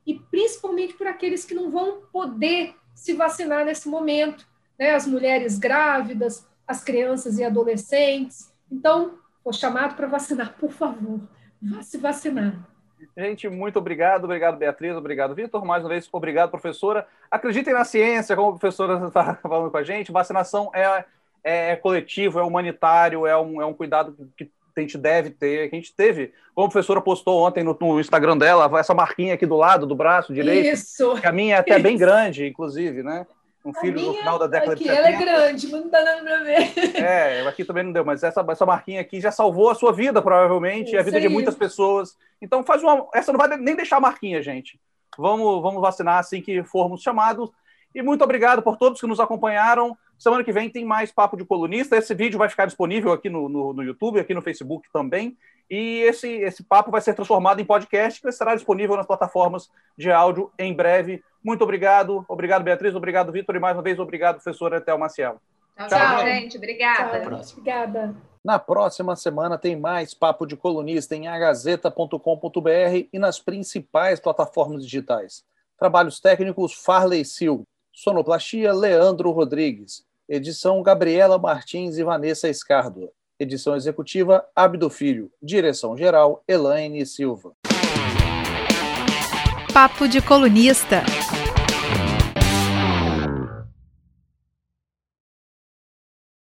e principalmente por aqueles que não vão poder se vacinar nesse momento, né? As mulheres grávidas, as crianças e adolescentes. Então, foi chamado para vacinar, por favor, vá se vacinar. Gente, muito obrigado. Obrigado, Beatriz. Obrigado, Vitor. Mais uma vez, obrigado, professora. Acreditem na ciência, como a professora está falando com a gente. Vacinação é, é coletivo, é humanitário, é um, é um cuidado que a gente deve ter, que a gente teve. Como a professora postou ontem no, no Instagram dela, essa marquinha aqui do lado, do braço direito. Isso. Que a minha é até isso. Bem grande, inclusive, né? Um filho minha, no final da década aqui, de setenta. Ela é grande, mas não dá nada para ver. É, aqui também não deu, mas essa, essa marquinha aqui já salvou a sua vida, provavelmente, e a vida de muitas pessoas. Então, faz uma. Essa não vai nem deixar a marquinha, gente. Vamos, vamos vacinar assim que formos chamados. E muito obrigado por todos que nos acompanharam. Semana que vem tem mais Papo de Colunista. Esse vídeo vai ficar disponível aqui no, no, no YouTube, aqui no Facebook também. E esse, esse papo vai ser transformado em podcast, que estará disponível nas plataformas de áudio em breve. Muito obrigado. Obrigado, Beatriz. Obrigado, Vitor. E mais uma vez, obrigado, professora Thelma Maciel. Tchau, tchau, gente. Obrigada. Tchau. Obrigada. Na próxima semana tem mais Papo de Colunista em a gazeta ponto com ponto b r e nas principais plataformas digitais. Trabalhos técnicos Farley Sil. Sonoplastia Leandro Rodrigues. Edição Gabriela Martins e Vanessa Escárdua. Edição executiva Abdo Filho. Direção geral Elaine Silva. Papo de Colunista.